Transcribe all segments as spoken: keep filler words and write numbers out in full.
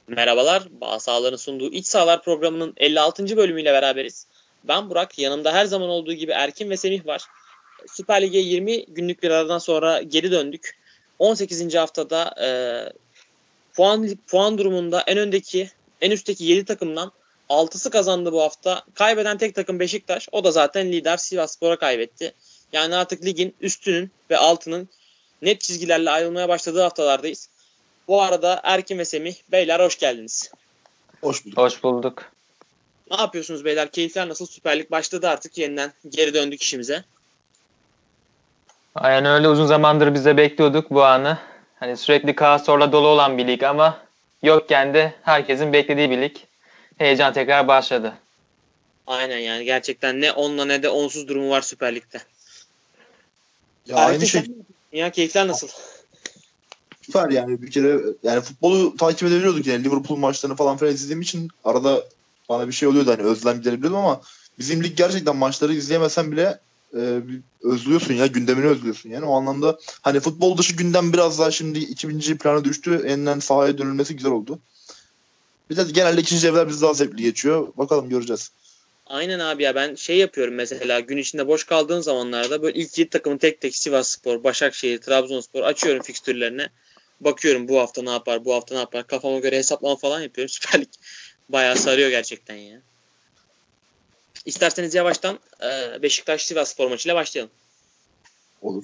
Merhabalar, Bağ Sahaların sunduğu İç Sahalar programının elli altıncı bölümüyle beraberiz. Ben Burak, yanımda her zaman olduğu gibi Erkin ve Semih var. Süper Lig'e yirmi günlük bir aradan sonra geri döndük. on sekizinci haftada e, puan puan durumunda en öndeki, en üstteki yedi takımdan altısı kazandı bu hafta. Kaybeden tek takım Beşiktaş, o da zaten lider Sivasspor'a kaybetti. Yani artık ligin üstünün ve altının net çizgilerle ayrılmaya başladığı haftalardayız. Bu arada Erkin ve Semih, beyler hoş geldiniz. Hoş bulduk. Hoş bulduk. Ne yapıyorsunuz beyler? Keyifler nasıl? Süper Lig başladı artık. Yeniden geri döndük işimize. Aynen öyle, uzun zamandır biz de bekliyorduk bu anı. Hani sürekli kaoslarla dolu olan bir lig ama yokken de herkesin beklediği bir lig. Heyecan tekrar başladı. Aynen, yani gerçekten ne onla ne de onsuz durumu var Süper Lig'de. Ya Erkin, aynı şey. sen- Ya keyifler nasıl? Süper yani bir kere yani futbolu takip edebiliyorduk yani Liverpool maçlarını falan filan izlediğim için arada bana bir şey oluyordu, hani özlem giderebiliyordum ama bizim lig gerçekten maçları izleyemesen bile e, bir özlüyorsun ya, gündemini özlüyorsun yani o anlamda. Hani futbol dışı gündem biraz daha şimdi ikinci plana düştü, yeniden sahaya dönülmesi güzel oldu. Bir de genelde ikinci evler bizde daha zevkli geçiyor, bakalım göreceğiz. Aynen abi, ya ben şey yapıyorum mesela, gün içinde boş kaldığım zamanlarda böyle ilk yedi takımın tek tek Sivasspor, Başakşehir, Trabzonspor açıyorum fikstürlerine. Bakıyorum bu hafta ne yapar, bu hafta ne yapar. Kafama göre hesaplama falan yapıyorum. Süper Lig bayağı sarıyor gerçekten ya. İsterseniz yavaştan e, Beşiktaş Sivasspor maçıyla başlayalım. Olur.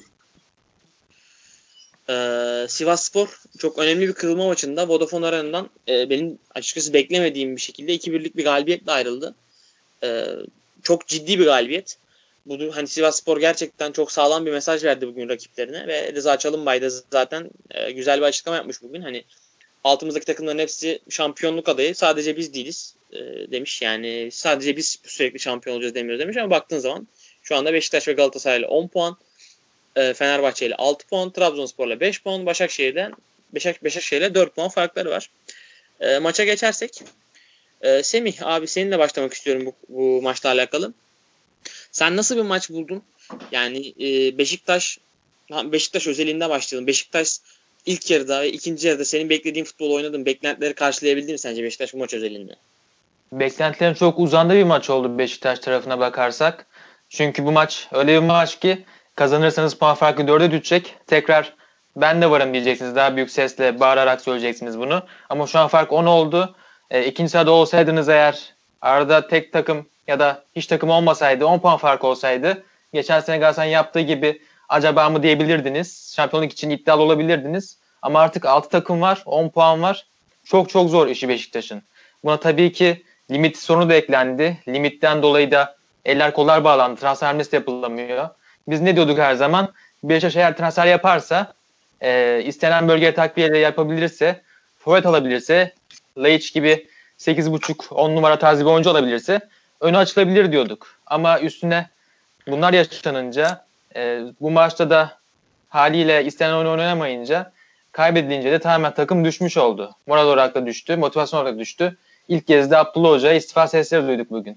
Ee, Sivasspor çok önemli bir kırılma maçında Vodafone Arena'dan e, benim açıkçası beklemediğim bir şekilde iki birlik bir galibiyetle ayrıldı. Ee, Çok ciddi bir galibiyet. Bu hani Sivasspor gerçekten çok sağlam bir mesaj verdi bugün rakiplerine ve Rıza Çalınbay da zaten e, güzel bir açıklama yapmış bugün. Hani altımızdaki takımların hepsi şampiyonluk adayı, sadece biz değiliz e, demiş. Yani sadece biz sürekli şampiyon olacağız demiyoruz demiş ama baktığın zaman şu anda Beşiktaş ve Galatasaray'la on puan, Fenerbahçe ile altı puan, Trabzonspor'la beş puan, Başakşehir'den Beşik, Başakşehir'le dört puan farkları var. E, maça geçersek, e, Semih abi, seninle başlamak istiyorum bu, bu maçla alakalı. Sen nasıl bir maç buldun? Yani e, Beşiktaş Beşiktaş özelinde başlayalım. Beşiktaş ilk yarıda ve ikinci yarıda senin beklediğin futbolu oynadın. Beklentileri karşılayabildi mi sence Beşiktaş bu maç özelinde? Beklentilerin çok uzandığı bir maç oldu Beşiktaş tarafına bakarsak. Çünkü bu maç öyle bir maç ki kazanırsanız puan farkı dörde düşecek. Tekrar ben de varım diyeceksiniz. Daha büyük sesle bağırarak söyleyeceksiniz bunu. Ama şu an fark on oldu. E, ikinci sırada olsaydınız eğer, arada tek takım ya da hiç takım olmasaydı, on puan fark olsaydı, geçen sene Galatasaray'ın yaptığı gibi acaba mı diyebilirdiniz. Şampiyonluk için iddialı olabilirdiniz. Ama artık altı takım var, on puan var. Çok çok zor işi Beşiktaş'ın. Buna tabii ki limit sorunu da eklendi. Limitten dolayı da eller kollar bağlandı. Transfer hamlesi yapılamıyor. Biz ne diyorduk her zaman? Beşiktaş eğer transfer yaparsa, e, istenen bölgeye takviye yapabilirse, forvet alabilirse, Laiç gibi sekiz buçuk on numara tarzı bir oyuncu alabilirse önü açılabilir diyorduk. Ama üstüne bunlar yaşanınca, e, bu maçta da haliyle istenen oyunu oynayamayınca, kaybedilince de tamamen takım düşmüş oldu. Moral olarak da düştü, motivasyon olarak da düştü. İlk kez de Abdullah Hoca'ya istifa sesleri duyduk bugün.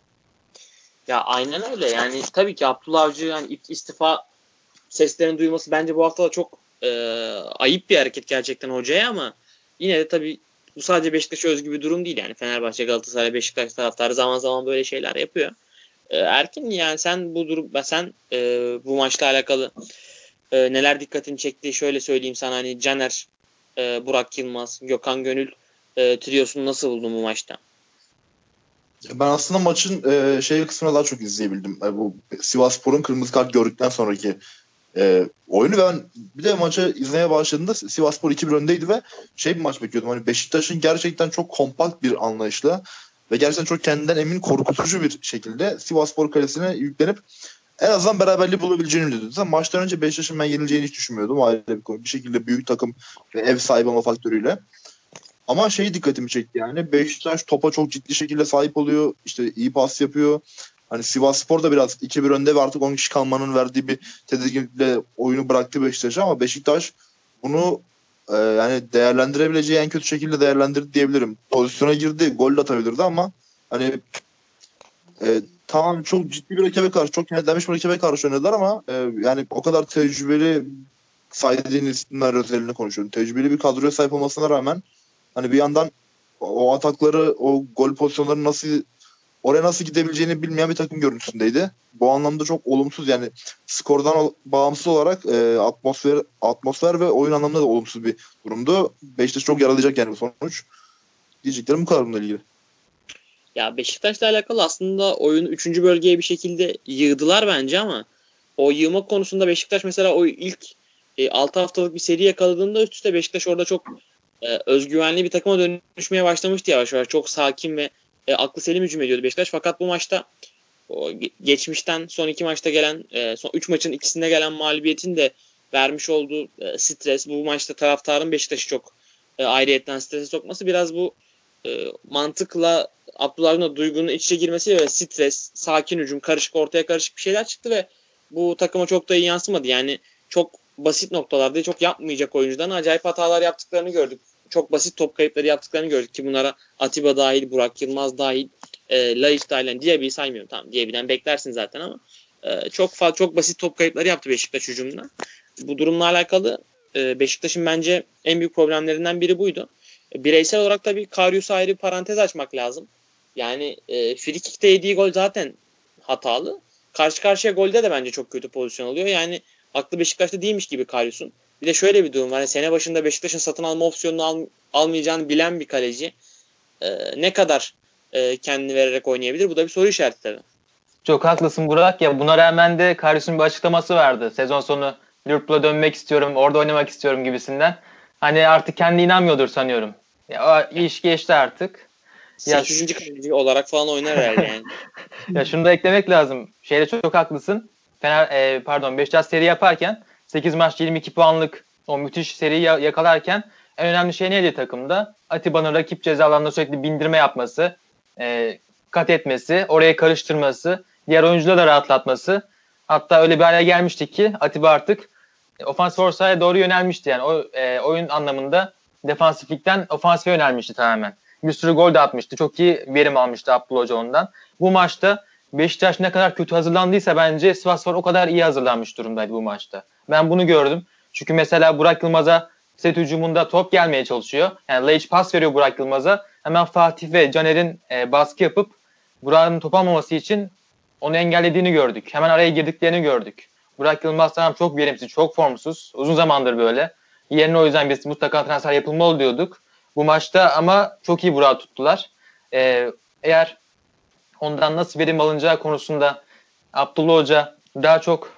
Ya aynen öyle. Yani tabii ki Abdullah Avcı yani istifa seslerini duyması bence bu hafta da çok e, ayıp bir hareket gerçekten hocaya, ama yine de tabii bu sadece Beşiktaş'a özgü bir durum değil. Yani Fenerbahçe, Galatasaray, Beşiktaş taraftarı zaman zaman böyle şeyler yapıyor. E, Erkin, yani sen bu durum sen e, bu maçla alakalı e, neler dikkatini çekti? Şöyle söyleyeyim sana, hani Caner, e, Burak Yılmaz, Gökhan Gönül e, triyosunu nasıl buldun bu maçta? Ben aslında maçın e, şey kısmına daha çok izleyebildim. E, bu Sivasspor'un kırmızı kart gördükten sonraki e, oyunu ve ben bir de maçı izlemeye başladığımda Sivasspor iki bir öndeydi ve şey bir maç bekliyordum. Hani Beşiktaş'ın gerçekten çok kompakt bir anlayışla ve gerçekten çok kendinden emin, korkutucu bir şekilde Sivasspor kalesine yüklenip en azından beraberliği bulabileceğini dedim. Zaten maçtan önce Beşiktaş'ın ben yenileceğini hiç düşünmüyordum. Ayrı bir konu. Bir şekilde büyük takım ve ev sahibi olma faktörüyle. Ama şey dikkatimi çekti yani. Beşiktaş topa çok ciddi şekilde sahip oluyor. İşte iyi pas yapıyor. Hani Sivasspor da biraz iki bir önde ve artık on kişi kalmanın verdiği bir tedirginlikle oyunu bıraktı Beşiktaş'a, ama Beşiktaş bunu e, yani değerlendirebileceği en kötü şekilde değerlendirdi diyebilirim. Pozisyona girdi, gol de atabilirdi ama hani e, tamam, çok ciddi bir rakibe karşı, çok kenetlenmiş bir rakibe karşı oynadılar ama e, yani o kadar tecrübeli, saydığın isimler özelinde konuşuyorum. Tecrübeli bir kadroya sahip olmasına rağmen hani bir yandan o atakları, o gol pozisyonları nasıl oraya nasıl gidebileceğini bilmeyen bir takım görüntüsündeydi. Bu anlamda çok olumsuz, yani skordan bağımsız olarak e, atmosfer atmosfer ve oyun anlamında da olumsuz bir durumdu. Beşiktaş çok yaralayacak yani bu sonuç. Diyeceklerim bu kadar bununla ilgili. Ya Beşiktaş'la alakalı aslında oyunu üçüncü bölgeye bir şekilde yığdılar bence ama o yığma konusunda Beşiktaş mesela o ilk e, altı haftalık bir seri yakaladığında üst üste Beşiktaş orada çok e, özgüvenli bir takıma dönüşmeye başlamıştı yavaş yavaş. Çok sakin ve e, aklı selim hücum ediyordu Beşiktaş. Fakat bu maçta o geçmişten son iki maçta gelen, e, son üç maçın ikisinde gelen mağlubiyetin de vermiş olduğu e, stres, bu maçta taraftarın Beşiktaş'ı çok e, ayrıyetten strese sokması biraz bu e, mantıkla Abdullah'ın da duygunun iç içe girmesiyle ve stres, sakin hücum, karışık ortaya karışık bir şeyler çıktı ve bu takıma çok da iyi yansımadı. Yani çok basit noktalarda çok yapmayacak oyuncudan acayip hatalar yaptıklarını gördük. Çok basit top kayıpları yaptıklarını gördük ki bunlara Atiba dahil, Burak Yılmaz dahil, e, Laiç dahil, yani Diaby'i saymıyorum. Tamam, Diaby'den beklersin zaten ama e, çok fazla çok basit top kayıpları yaptı Beşiktaş hücumuna. Bu durumla alakalı e, Beşiktaş'ın bence en büyük problemlerinden biri buydu. E, bireysel olarak tabii Karius'a ayrı bir parantez açmak lazım. Yani e, frikikte yediği gol zaten hatalı. Karşı karşıya golde de bence çok kötü pozisyon alıyor. Yani aklı Beşiktaş'ta değilmiş gibi Karius'un. Bir de şöyle bir durum var. Yani sene başında Beşiktaş'ın satın alma opsiyonunu al, almayacağını bilen bir kaleci e, ne kadar e, kendini vererek oynayabilir? Bu da bir soru işareti tabii. Çok haklısın Burak ya. Buna rağmen de Karius'un bir açıklaması vardı. Sezon sonu Liverpool'a dönmek istiyorum, orada oynamak istiyorum gibisinden. Hani artık kendi inanmıyordur sanıyorum. Ya o iş geçti artık. Ya sekizinci kaleci olarak falan oynar herhalde yani. ya şunu da eklemek lazım. Şeyde çok, çok haklısın. Fener e, pardon Beşiktaş seri yaparken sekiz maç yirmi iki puanlık o müthiş seriyi yakalarken en önemli şey neydi takımda? Atiba'nın rakip ceza alanına sürekli bindirme yapması, e, kat etmesi, oraya karıştırması, diğer oyuncuları da rahatlatması. Hatta öyle bir hale gelmişti ki Atiba artık e, ofansif orta sahaya doğru yönelmişti. Yani o e, oyun anlamında defansiflikten ofansife yönelmişti tamamen. Bir sürü gol de atmıştı. Çok iyi verim almıştı Abdullah Hoca ondan. Bu maçta Beşiktaş ne kadar kötü hazırlandıysa bence Sivasspor o kadar iyi hazırlanmış durumdaydı bu maçta. Ben bunu gördüm. Çünkü mesela Burak Yılmaz'a set hücumunda top gelmeye çalışıyor. Yani Laiç pas veriyor Burak Yılmaz'a. Hemen Fatih ve Caner'in e, baskı yapıp Burak'ın top almaması için onu engellediğini gördük. Hemen araya girdiklerini gördük. Burak Yılmaz tamam çok verimsiz, çok formsuz. Uzun zamandır böyle. Yerine o yüzden biz mutlaka transfer yapılmalı diyorduk. Bu maçta ama çok iyi Burak'ı tuttular. Ee, eğer ondan nasıl verim alınacağı konusunda Abdullah Hoca daha çok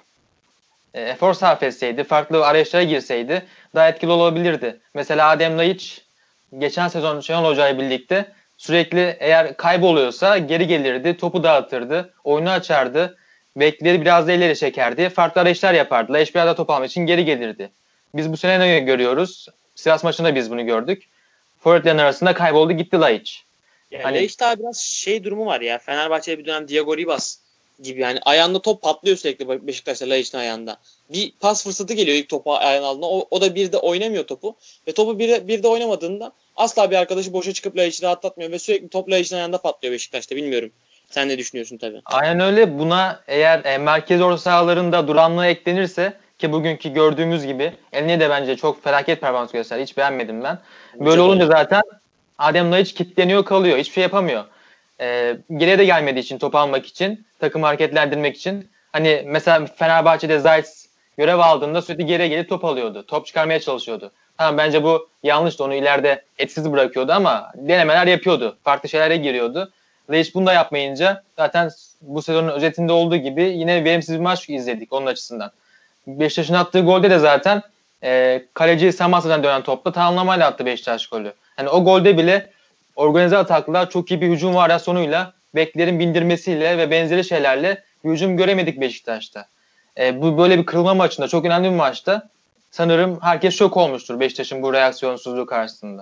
e, efor sarf etseydi, farklı arayışlara girseydi daha etkili olabilirdi. Mesela Adem Laiç geçen sezon Şenol Hoca ile birlikte sürekli eğer kayboluyorsa geri gelirdi, topu dağıtırdı, oyunu açardı, bekleri biraz da ileri çekerdi, farklı arayışlar yapardı. Laiç biraz da top almak için geri gelirdi. Biz bu sene ne görüyoruz? Sivas maçında biz bunu gördük. Forvetlerin arasında kayboldu gitti Laiç. Yani Hani Laiç daha biraz şey durumu var ya. Fenerbahçe'de bir dönem Diego Ribas gibi, yani ayağında top patlıyor sürekli Beşiktaş'ta Laiç'in ayağında. Bir pas fırsatı geliyor ilk topu ayağına aldığında. O, o da bir de oynamıyor topu. Ve topu bir de, bir de oynamadığında asla bir arkadaşı boşa çıkıp Laiç'i rahatlatmıyor ve sürekli top Laiç'in ayağında patlıyor Beşiktaş'ta. Bilmiyorum. Sen ne düşünüyorsun tabii. aynen öyle. Buna eğer e, merkez orta sahalarında duranlığı eklenirse ki bugünkü gördüğümüz gibi Elneny de bence çok felaket performans gösterdi. Hiç beğenmedim ben. Böyle Bence de olunca öyle. zaten Adem Laiç kilitleniyor kalıyor. Hiçbir şey yapamıyor. E, geriye de gelmediği için top almak için, takımı hareketlendirmek için. Hani mesela Fenerbahçe'de Zayt görev aldığında sürekli geriye gelip top alıyordu. Top çıkarmaya çalışıyordu. Tamam bence bu yanlıştı. Onu ileride etkisiz bırakıyordu ama denemeler yapıyordu. Farklı şeylere giriyordu. Laiç bunu da yapmayınca zaten bu sezonun özetinde olduğu gibi yine verimsiz bir maç izledik onun açısından. Beşiktaş'ın attığı golde de zaten e, kaleci Samatsa'dan dönen topla tamamlamayla attı Beşiktaş golü. Hani o golde bile organize ataklar, çok iyi bir hücum varyasyonuyla, beklerin bindirmesiyle ve benzeri şeylerle bir hücum göremedik Beşiktaş'ta. E, bu böyle bir kırılma maçında, çok önemli bir maçta sanırım herkes şok olmuştur Beşiktaş'ın bu reaksiyonsuzluğu karşısında.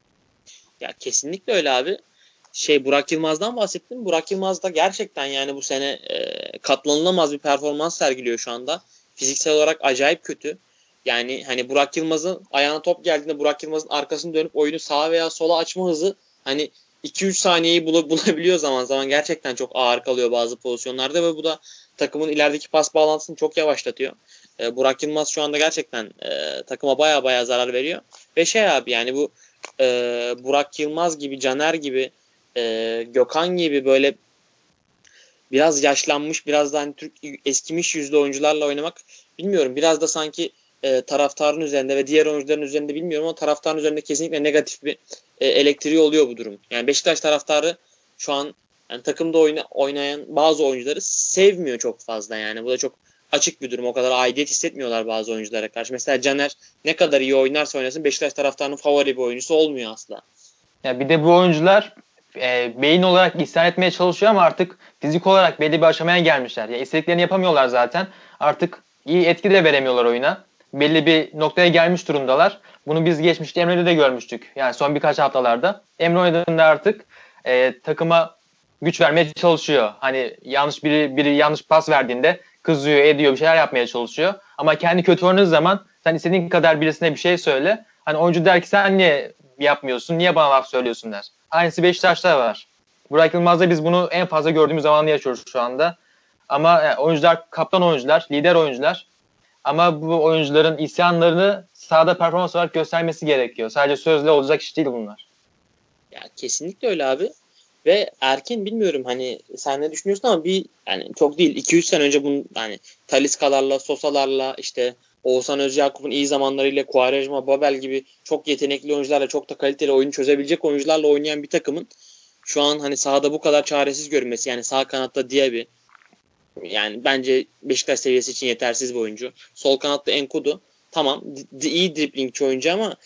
Ya kesinlikle öyle abi. Şey, Burak Yılmaz'dan bahsettim. Burak Yılmaz da gerçekten yani bu sene e, katlanılamaz bir performans sergiliyor şu anda. Fiziksel olarak acayip kötü. Yani hani Burak Yılmaz'ın ayağına top geldiğinde Burak Yılmaz'ın arkasını dönüp oyunu sağa veya sola açma hızı hani iki üç saniyeyi bul- bulabiliyor zaman zaman. Gerçekten çok ağır kalıyor bazı pozisyonlarda ve bu da takımın ilerideki pas bağlantısını çok yavaşlatıyor. E, Burak Yılmaz şu anda gerçekten e, takıma baya baya zarar veriyor. Ve şey abi, yani bu e, Burak Yılmaz gibi, Caner gibi, e, Gökhan gibi böyle biraz yaşlanmış, biraz da hani Türk eskimiş yüzlü oyuncularla oynamak, bilmiyorum, biraz da sanki e, taraftarın üzerinde ve diğer oyuncuların üzerinde bilmiyorum ama taraftarın üzerinde kesinlikle negatif bir e, elektriği oluyor bu durum. Yani Beşiktaş taraftarı şu an yani takımda oyna, oynayan bazı oyuncuları sevmiyor çok fazla yani. Bu da çok açık bir durum. O kadar aidiyet hissetmiyorlar bazı oyunculara karşı. Mesela Caner ne kadar iyi oynarsa oynasın Beşiktaş taraftarının favori bir oyuncusu olmuyor asla. Ya bir de bu oyuncular e, beyin olarak isyan etmeye çalışıyor ama artık fizik olarak belli bir aşamaya gelmişler. Ya istediklerini yapamıyorlar zaten. Artık iyi etki de veremiyorlar oyuna. Belli bir noktaya gelmiş durumdalar. Bunu biz geçmişte Emre'de de görmüştük. Yani son birkaç haftalarda. Emre oynadığında artık e, takıma güç vermeye çalışıyor. Hani yanlış biri biri yanlış pas verdiğinde kızıyor, ediyor, bir şeyler yapmaya çalışıyor. Ama kendi kötü oynadığı zaman sen istediğin kadar birisine bir şey söyle. Hani oyuncu der ki sen niye yapmıyorsun, niye bana laf söylüyorsun der. Aynısı Beşiktaş'ta var. Burak Yılmaz'da biz bunu en fazla gördüğümüz zamanı yaşıyoruz şu anda. Ama yani oyuncular kaptan oyuncular, lider oyuncular. Ama bu oyuncuların isyanlarını sahada performans olarak göstermesi gerekiyor. Sadece sözle olacak iş değil bunlar. Ya kesinlikle öyle abi. Ve erken bilmiyorum hani sen ne düşünüyorsun ama bir yani çok değil iki üç sene önce bunun yani Talisca'larla, Sosa'larla işte Oğuzhan Özyakup'un iyi zamanlarıyla Quaresma, Babel gibi çok yetenekli oyuncularla çok da kaliteli oyunu çözebilecek oyuncularla oynayan bir takımın şu an hani sahada bu kadar çaresiz görünmesi yani sağ kanatta Diaby yani bence Beşiktaş seviyesi için yetersiz bir oyuncu. Sol kanatta Enkudu tamam d- iyi driblingçi oyuncu ama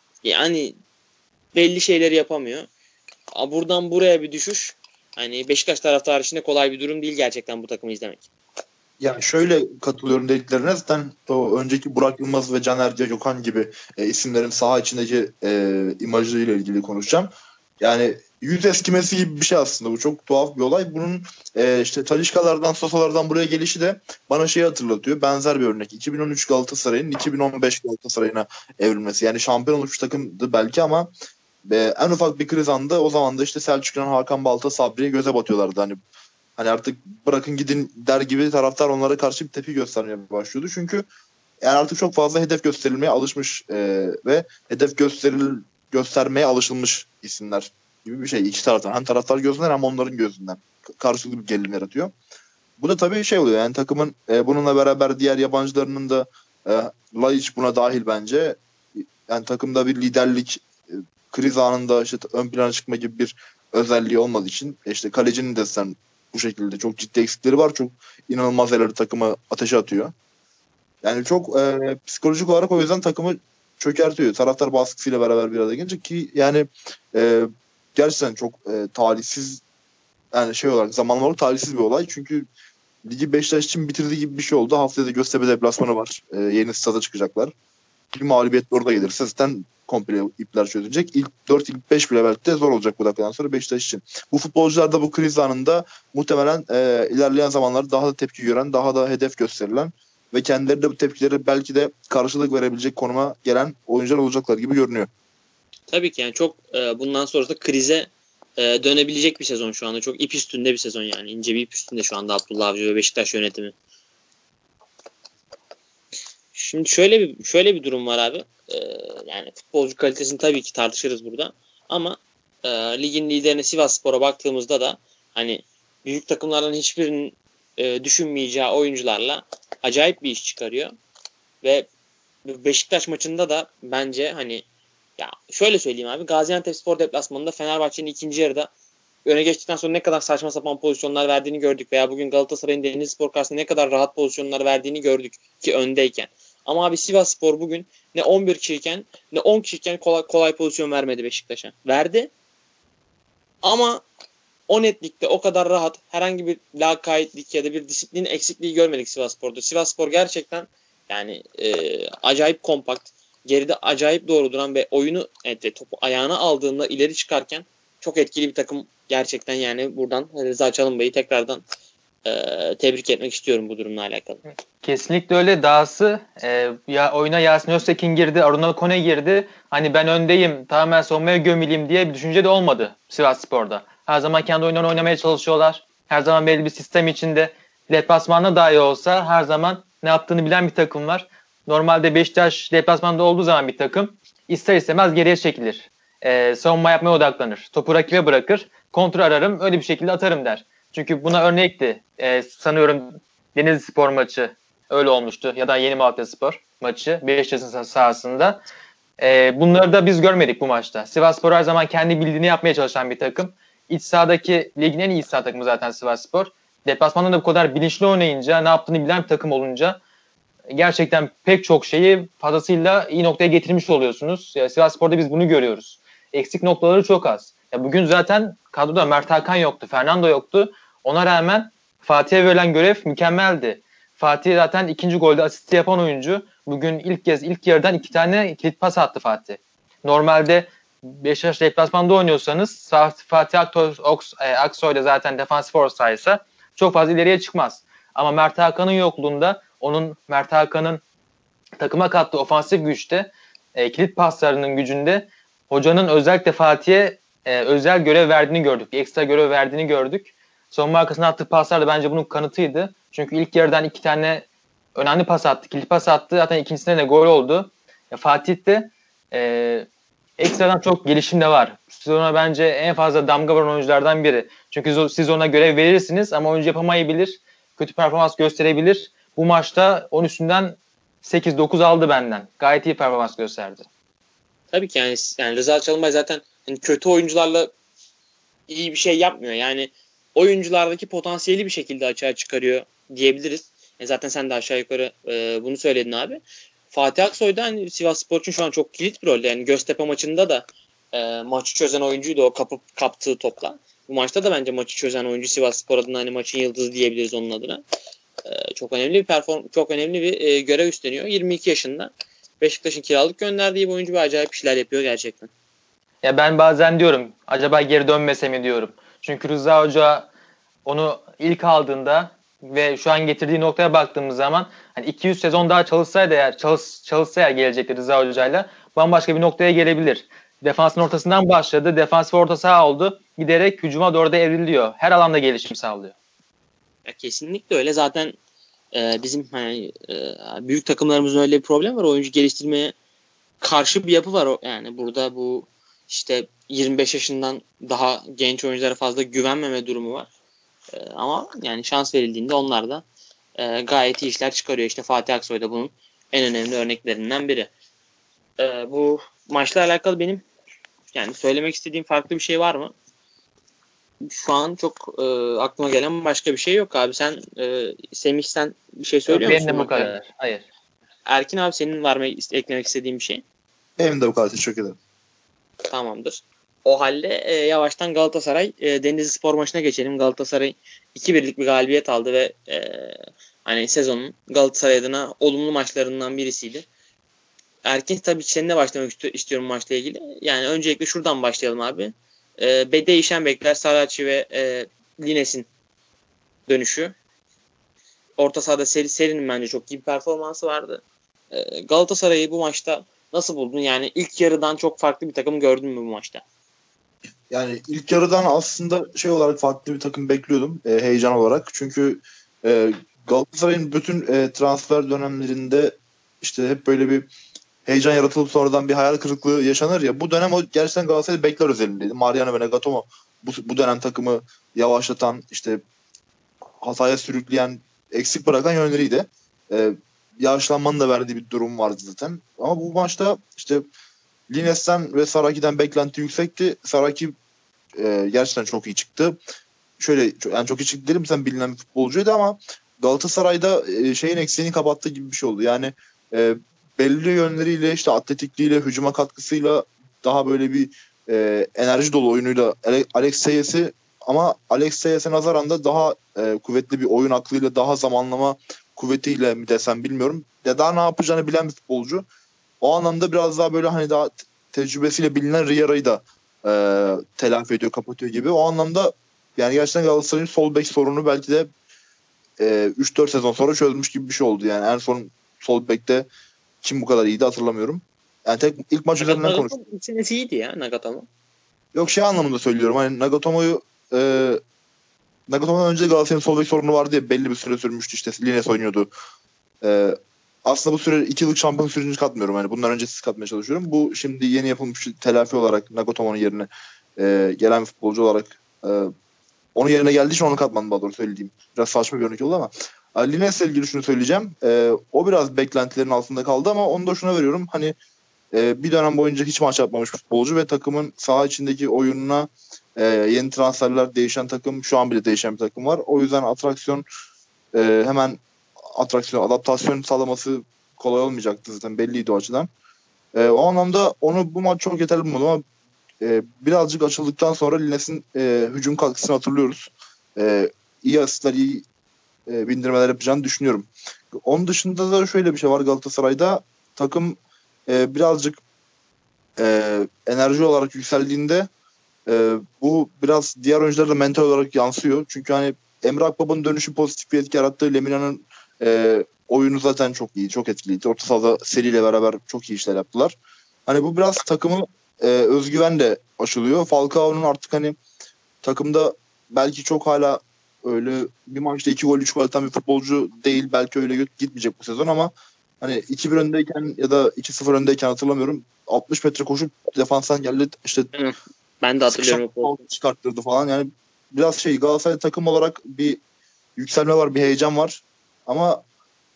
yani belli şeyleri yapamıyor. Buradan buraya bir düşüş. Hani Beşiktaş taraftarı için de kolay bir durum değil gerçekten bu takımı izlemek. Yani şöyle katılıyorum dediklerine, zaten o önceki Burak Yılmaz ve Caner Gökhan gibi e, isimlerin saha içindeki e, imajıyla ilgili konuşacağım. Yani yüz eskimesi gibi bir şey aslında, bu çok tuhaf bir olay. Bunun e, işte Talisca'lardan, Sosa'lardan buraya gelişi de bana şeyi hatırlatıyor. Benzer bir örnek. iki bin on üç Galatasaray'ın iki bin on beş Galatasaray'ına evrilmesi. Yani şampiyon olmuş takımdı belki ama e, en ufak bir kriz anında o zaman da işte Selçuk İnan, Hakan Balta, Sabri'ye göze batıyorlardı. Hani Hani artık bırakın gidin der gibi taraftar onlara karşı bir tepki göstermeye başlıyordu. Çünkü yani artık çok fazla hedef gösterilmeye alışmış e, ve hedef gösteril göstermeye alışılmış isimler gibi bir şey iki taraftan. Hem taraftar gözünden hem onların gözünden karşılıklı bir gerilim yaratıyor. Bu da tabii şey oluyor yani takımın e, bununla beraber diğer yabancılarının da e, Laiç buna dahil bence. Yani takımda bir liderlik, e, kriz anında işte ön plana çıkma gibi bir özelliği olmadığı için e, işte kalecinin de sen bu şekilde çok ciddi eksikleri var. Çok inanılmaz yerlerde takımı ateşe atıyor. Yani çok e, psikolojik olarak o yüzden takımı çökertiyor. Taraftar baskısıyla beraber bir arada gelince ki yani e, gerçekten çok e, talihsiz, yani şey olarak zamanlı olarak talihsiz bir olay. Çünkü ligi Beşiktaş için bitirdiği gibi bir şey oldu. Haftaya da Göztepe deplasmanı var. E, yeni stada çıkacaklar. Bir mağlubiyet orada gelirse zaten komple ipler çözülecek. İlk dört, ilk beş bile belki de zor olacak bu dakikadan sonra Beşiktaş için. Bu futbolcular da bu kriz anında muhtemelen e, ilerleyen zamanlarda daha da tepki gören, daha da hedef gösterilen ve kendileri de bu tepkileri belki de karşılık verebilecek konuma gelen oyuncular olacaklar gibi görünüyor. Tabii ki yani çok e, bundan sonra da krize e, dönebilecek bir sezon şu anda. Çok ip üstünde bir sezon yani. İnce bir ip üstünde şu anda Abdullah Avcı ve Beşiktaş yönetimi. Şimdi şöyle bir şöyle bir durum var abi. E, yani futbolcu kalitesini tabii ki tartışırız burada. Ama e, ligin liderine Sivasspor'a baktığımızda da hani büyük takımlardan hiçbirinin e, düşünmeyeceği oyuncularla acayip bir iş çıkarıyor. Ve Beşiktaş maçında da bence hani ya şöyle söyleyeyim abi, Gaziantepspor deplasmanında Fenerbahçe'nin ikinci yarıda öne geçtikten sonra ne kadar saçma sapan pozisyonlar verdiğini gördük veya bugün Galatasaray'ın Denizlispor karşısında ne kadar rahat pozisyonlar verdiğini gördük ki öndeyken. Ama abi Sivasspor bugün ne on bir kişiyken ne on kişiyken kolay, kolay pozisyon vermedi Beşiktaş'a. Verdi ama o netlikte o kadar rahat herhangi bir lakaytlık ya da bir disiplin eksikliği görmedik Sivasspor'da. Sivasspor gerçekten yani e, acayip kompakt, geride acayip doğru duran ve oyunu evet, topu ayağına aldığında ileri çıkarken çok etkili bir takım gerçekten. Yani buradan Rıza Çalınbay'ı tekrardan e, tebrik etmek istiyorum bu durumla alakalı. Kesinlikle öyle. Dahası e, ya oyuna Yasin Öztekin girdi, Aruna Kone girdi. Hani ben öndeyim, tamamen savunmaya gömüleyim diye bir düşünce de olmadı Sivasspor'da. Her zaman kendi oyunlarını oynamaya çalışıyorlar. Her zaman belli bir sistem içinde. Deplasmanda dahi olsa her zaman ne yaptığını bilen bir takım var. Normalde Beşiktaş deplasmanda olduğu zaman bir takım ister istemez geriye çekilir. e, savunma yapmaya odaklanır. Topu rakibe bırakır. Kontrol ararım. Öyle bir şekilde atarım der. Çünkü buna örnekti. E, sanıyorum Denizlispor maçı öyle olmuştu. Ya da Yeni Malatyaspor maçı Beşiktaş'ın sahasında. E, bunları da biz görmedik bu maçta. Sivasspor her zaman kendi bildiğini yapmaya çalışan bir takım. İç sahadaki ligin en iyi iç saha takımı zaten Sivasspor. Deplasmanda da bu kadar bilinçli oynayınca, ne yaptığını bilen bir takım olunca gerçekten pek çok şeyi fazlasıyla iyi noktaya getirmiş oluyorsunuz. Ya Sivasspor'da biz bunu görüyoruz. Eksik noktaları çok az. Ya bugün zaten kadroda Mert Hakan yoktu, Fernando yoktu. Ona rağmen Fatih'e verilen görev mükemmeldi. Fatih zaten ikinci golde asisti yapan oyuncu. Bugün ilk kez ilk yarıdan iki tane kilit pas attı Fatih. Normalde Beşiktaş deplasmanda oynuyorsanız Fatih Aksoy da zaten defansif ortaysa çok fazla ileriye çıkmaz. Ama Mert Hakan'ın yokluğunda onun Mert Hakan'ın takıma kattığı ofansif güçte, e, kilit paslarının gücünde hocanın özellikle Fatih'e e, özel görev verdiğini gördük. Ekstra görev verdiğini gördük. Savunma arkasına attığı paslar da bence bunun kanıtıydı. Çünkü ilk yarıdan iki tane önemli pas attı. Kilit pas attı. Zaten ikincisinde de gol oldu. Ya Fatih de e, ekstradan çok gelişim de var. Siz ona bence en fazla damga vuran oyunculardan biri. Çünkü siz ona görev verirsiniz ama oyuncu yapamayabilir. Kötü performans gösterebilir. Bu maçta on üstünden sekiz dokuz aldı benden. Gayet iyi performans gösterdi. Tabii ki yani, yani Rıza Çalınbay zaten hani kötü oyuncularla iyi bir şey yapmıyor. Yani oyunculardaki potansiyeli bir şekilde açığa çıkarıyor diyebiliriz. E zaten sen de aşağı yukarı e, bunu söyledin abi. Fatih Aksoy da hani Sivasspor için şu an çok kilit bir rolde. Yani Göztepe maçında da e, maçı çözen oyuncuydu o kapıp kaptığı topla. Bu maçta da bence maçı çözen oyuncu Sivasspor adına hani maçın yıldızı diyebiliriz onun adına. E, çok önemli bir perform çok önemli bir e, görev üstleniyor. yirmi iki yaşında. Beşiktaş'ın kiralık gönderdiği bir oyuncu ve acayip işler yapıyor gerçekten. Ya ben bazen diyorum acaba geri dönmese mi diyorum. Çünkü Rıza Hoca onu ilk aldığında ve şu an getirdiği noktaya baktığımız zaman hani iki yüz sezon daha çalışsaydı eğer çalış, çalışsa eğer gelecekti Rıza Hoca'yla bambaşka bir noktaya gelebilir. Defansın ortasından başladı. Defansif orta saha oldu. Giderek hücuma doğru da evriliyor. Her alanda gelişim sağlıyor. Ya kesinlikle öyle. Zaten e, bizim hani e, büyük takımlarımızın öyle bir problem var. Oyuncu geliştirmeye karşı bir yapı var. Yani burada bu işte yirmi beş yaşından daha genç oyunculara fazla güvenmeme durumu var. E, ama yani şans verildiğinde onlar da e, gayet iyi işler çıkarıyor. İşte Fatih Aksoy da bunun en önemli örneklerinden biri. E, bu maçla alakalı benim yani söylemek istediğim farklı bir şey var mı? Şu an çok e, aklıma gelen başka bir şey yok abi. Sen e, Semih sen bir şey söylüyor Yok, benim musun? de bu kadar. Hayır. Erkin abi senin var mı eklemek istediğin bir şey? Benim de bu kadar. Teşekkür ederim. Tamamdır. O halde e, yavaştan Galatasaray e, Denizlispor maçına geçelim. Galatasaray iki birlik bir galibiyet aldı ve e, hani sezonun Galatasaray adına olumlu maçlarından birisiydi. Erkin tabii ki seninle başlamak istiyorum maçla ilgili. Yani öncelikle şuradan başlayalım abi. E, be değişen bekler Saracchi ve e, Lines'in dönüşü. Orta sahada Seri, Seri'nin bence çok iyi bir performansı vardı. E, Galatasaray'ı bu maçta nasıl buldun? Yani ilk yarıdan çok farklı bir takım gördün mü bu maçta? Yani ilk yarıdan aslında şey olarak farklı bir takım bekliyordum e, heyecan olarak. Çünkü e, Galatasaray'ın bütün e, transfer dönemlerinde işte hep böyle bir heyecan yaratılıp sonradan bir hayal kırıklığı yaşanır ya. Bu dönem o gerçekten Galatasaray bekler özelindeydi. Mariano ve Nagatomo bu, bu dönem takımı yavaşlatan, işte hataya sürükleyen, eksik bırakan yönleriydi. E, Yaşlanmanın da verdiği bir durum vardı zaten. Ama bu maçta işte Lines'ten ve Saraki'den beklenti yüksekti. Saraki e, gerçekten çok iyi çıktı. Şöyle yani çok iyi çıktı derim, sen bilinen bir futbolcuydu ama Galatasaray'da e, şeyin eksiğini kapattığı gibi bir şey oldu. Yani e, belli yönleriyle, işte atletikliğiyle, hücuma katkısıyla, daha böyle bir e, enerji dolu oyunuyla Alex Sayes'i, ama Alex Sayes'e nazaran da daha e, kuvvetli bir oyun aklıyla, daha zamanlama kuvvetiyle mi desem bilmiyorum. Ya daha ne yapacağını bilen bir futbolcu. O anlamda biraz daha böyle hani daha tecrübesiyle bilinen Riera'yı da e, telafi ediyor, kapatıyor gibi. O anlamda yani gerçekten Galatasaray'ın sol bek sorunu belki de e, üç dört sezon sonra çözmüş gibi bir şey oldu. Yani en son sol bekte kim bu kadar iyiydi hatırlamıyorum. Yani tek ilk maç üzerinden konuştum. Nagatomo ilk senesi iyiydi ya Nagatomo. Yok, şey anlamında söylüyorum. Hani Nagatomo'yu e, Nagatomo'dan önce Galatasaray'ın sol bek sorunu vardı ya, belli bir süre sürmüştü, işte Lines oynuyordu. E, aslında bu süre iki yıllık şampiyon sürecini katmıyorum. Yani bundan öncesi katmaya çalışıyorum. Bu şimdi yeni yapılmış telafi olarak Nagatomo'nun yerine e, gelen bir futbolcu olarak e, onun yerine geldiği için onu katmadım, daha doğru söyleyeyim. Biraz saçma bir örnek oldu ama Lines'le ilgili şunu söyleyeceğim. E, o biraz beklentilerin altında kaldı ama onu da şuna veriyorum. Hani e, bir dönem boyunca hiç maç yapmamış futbolcu ve takımın saha içindeki oyununa e, yeni transferler, değişen takım, şu an bile değişen bir takım var. O yüzden atraksiyon e, hemen atraksiyon, adaptasyon sağlaması kolay olmayacaktı, zaten belliydi o açıdan. E, o anlamda onu bu maç çok yeterli bulmadım ama e, birazcık açıldıktan sonra Lines'in e, hücum katkısını hatırlıyoruz. E, iyi asistler, iyi e, bindirmeler yapacağını düşünüyorum. Onun dışında da şöyle bir şey var Galatasaray'da. Takım e, birazcık e, enerji olarak yükseldiğinde e, bu biraz diğer oyunculara da mental olarak yansıyor. Çünkü hani Emre Akbaba'nın dönüşü pozitif bir etki yarattı. Lemina'nın e, oyunu zaten çok iyi, çok etkiliydi. Orta sahada Seri ile beraber çok iyi işler yaptılar. Hani bu biraz takımı e, özgüven de aşılıyor. Falcao'nun artık hani takımda belki çok hala öyle bir maçta iki gol üç gol atan bir futbolcu değil. Belki öyle gitmeyecek bu sezon ama hani iki bir öndeyken ya da iki sıfır öndeyken hatırlamıyorum. altmış metre koşup defanstan geldi. İşte ben de hatırlıyorum o çıkarttırdı falan. Yani biraz şey, Galatasaray takım olarak bir yükselme var, bir heyecan var. Ama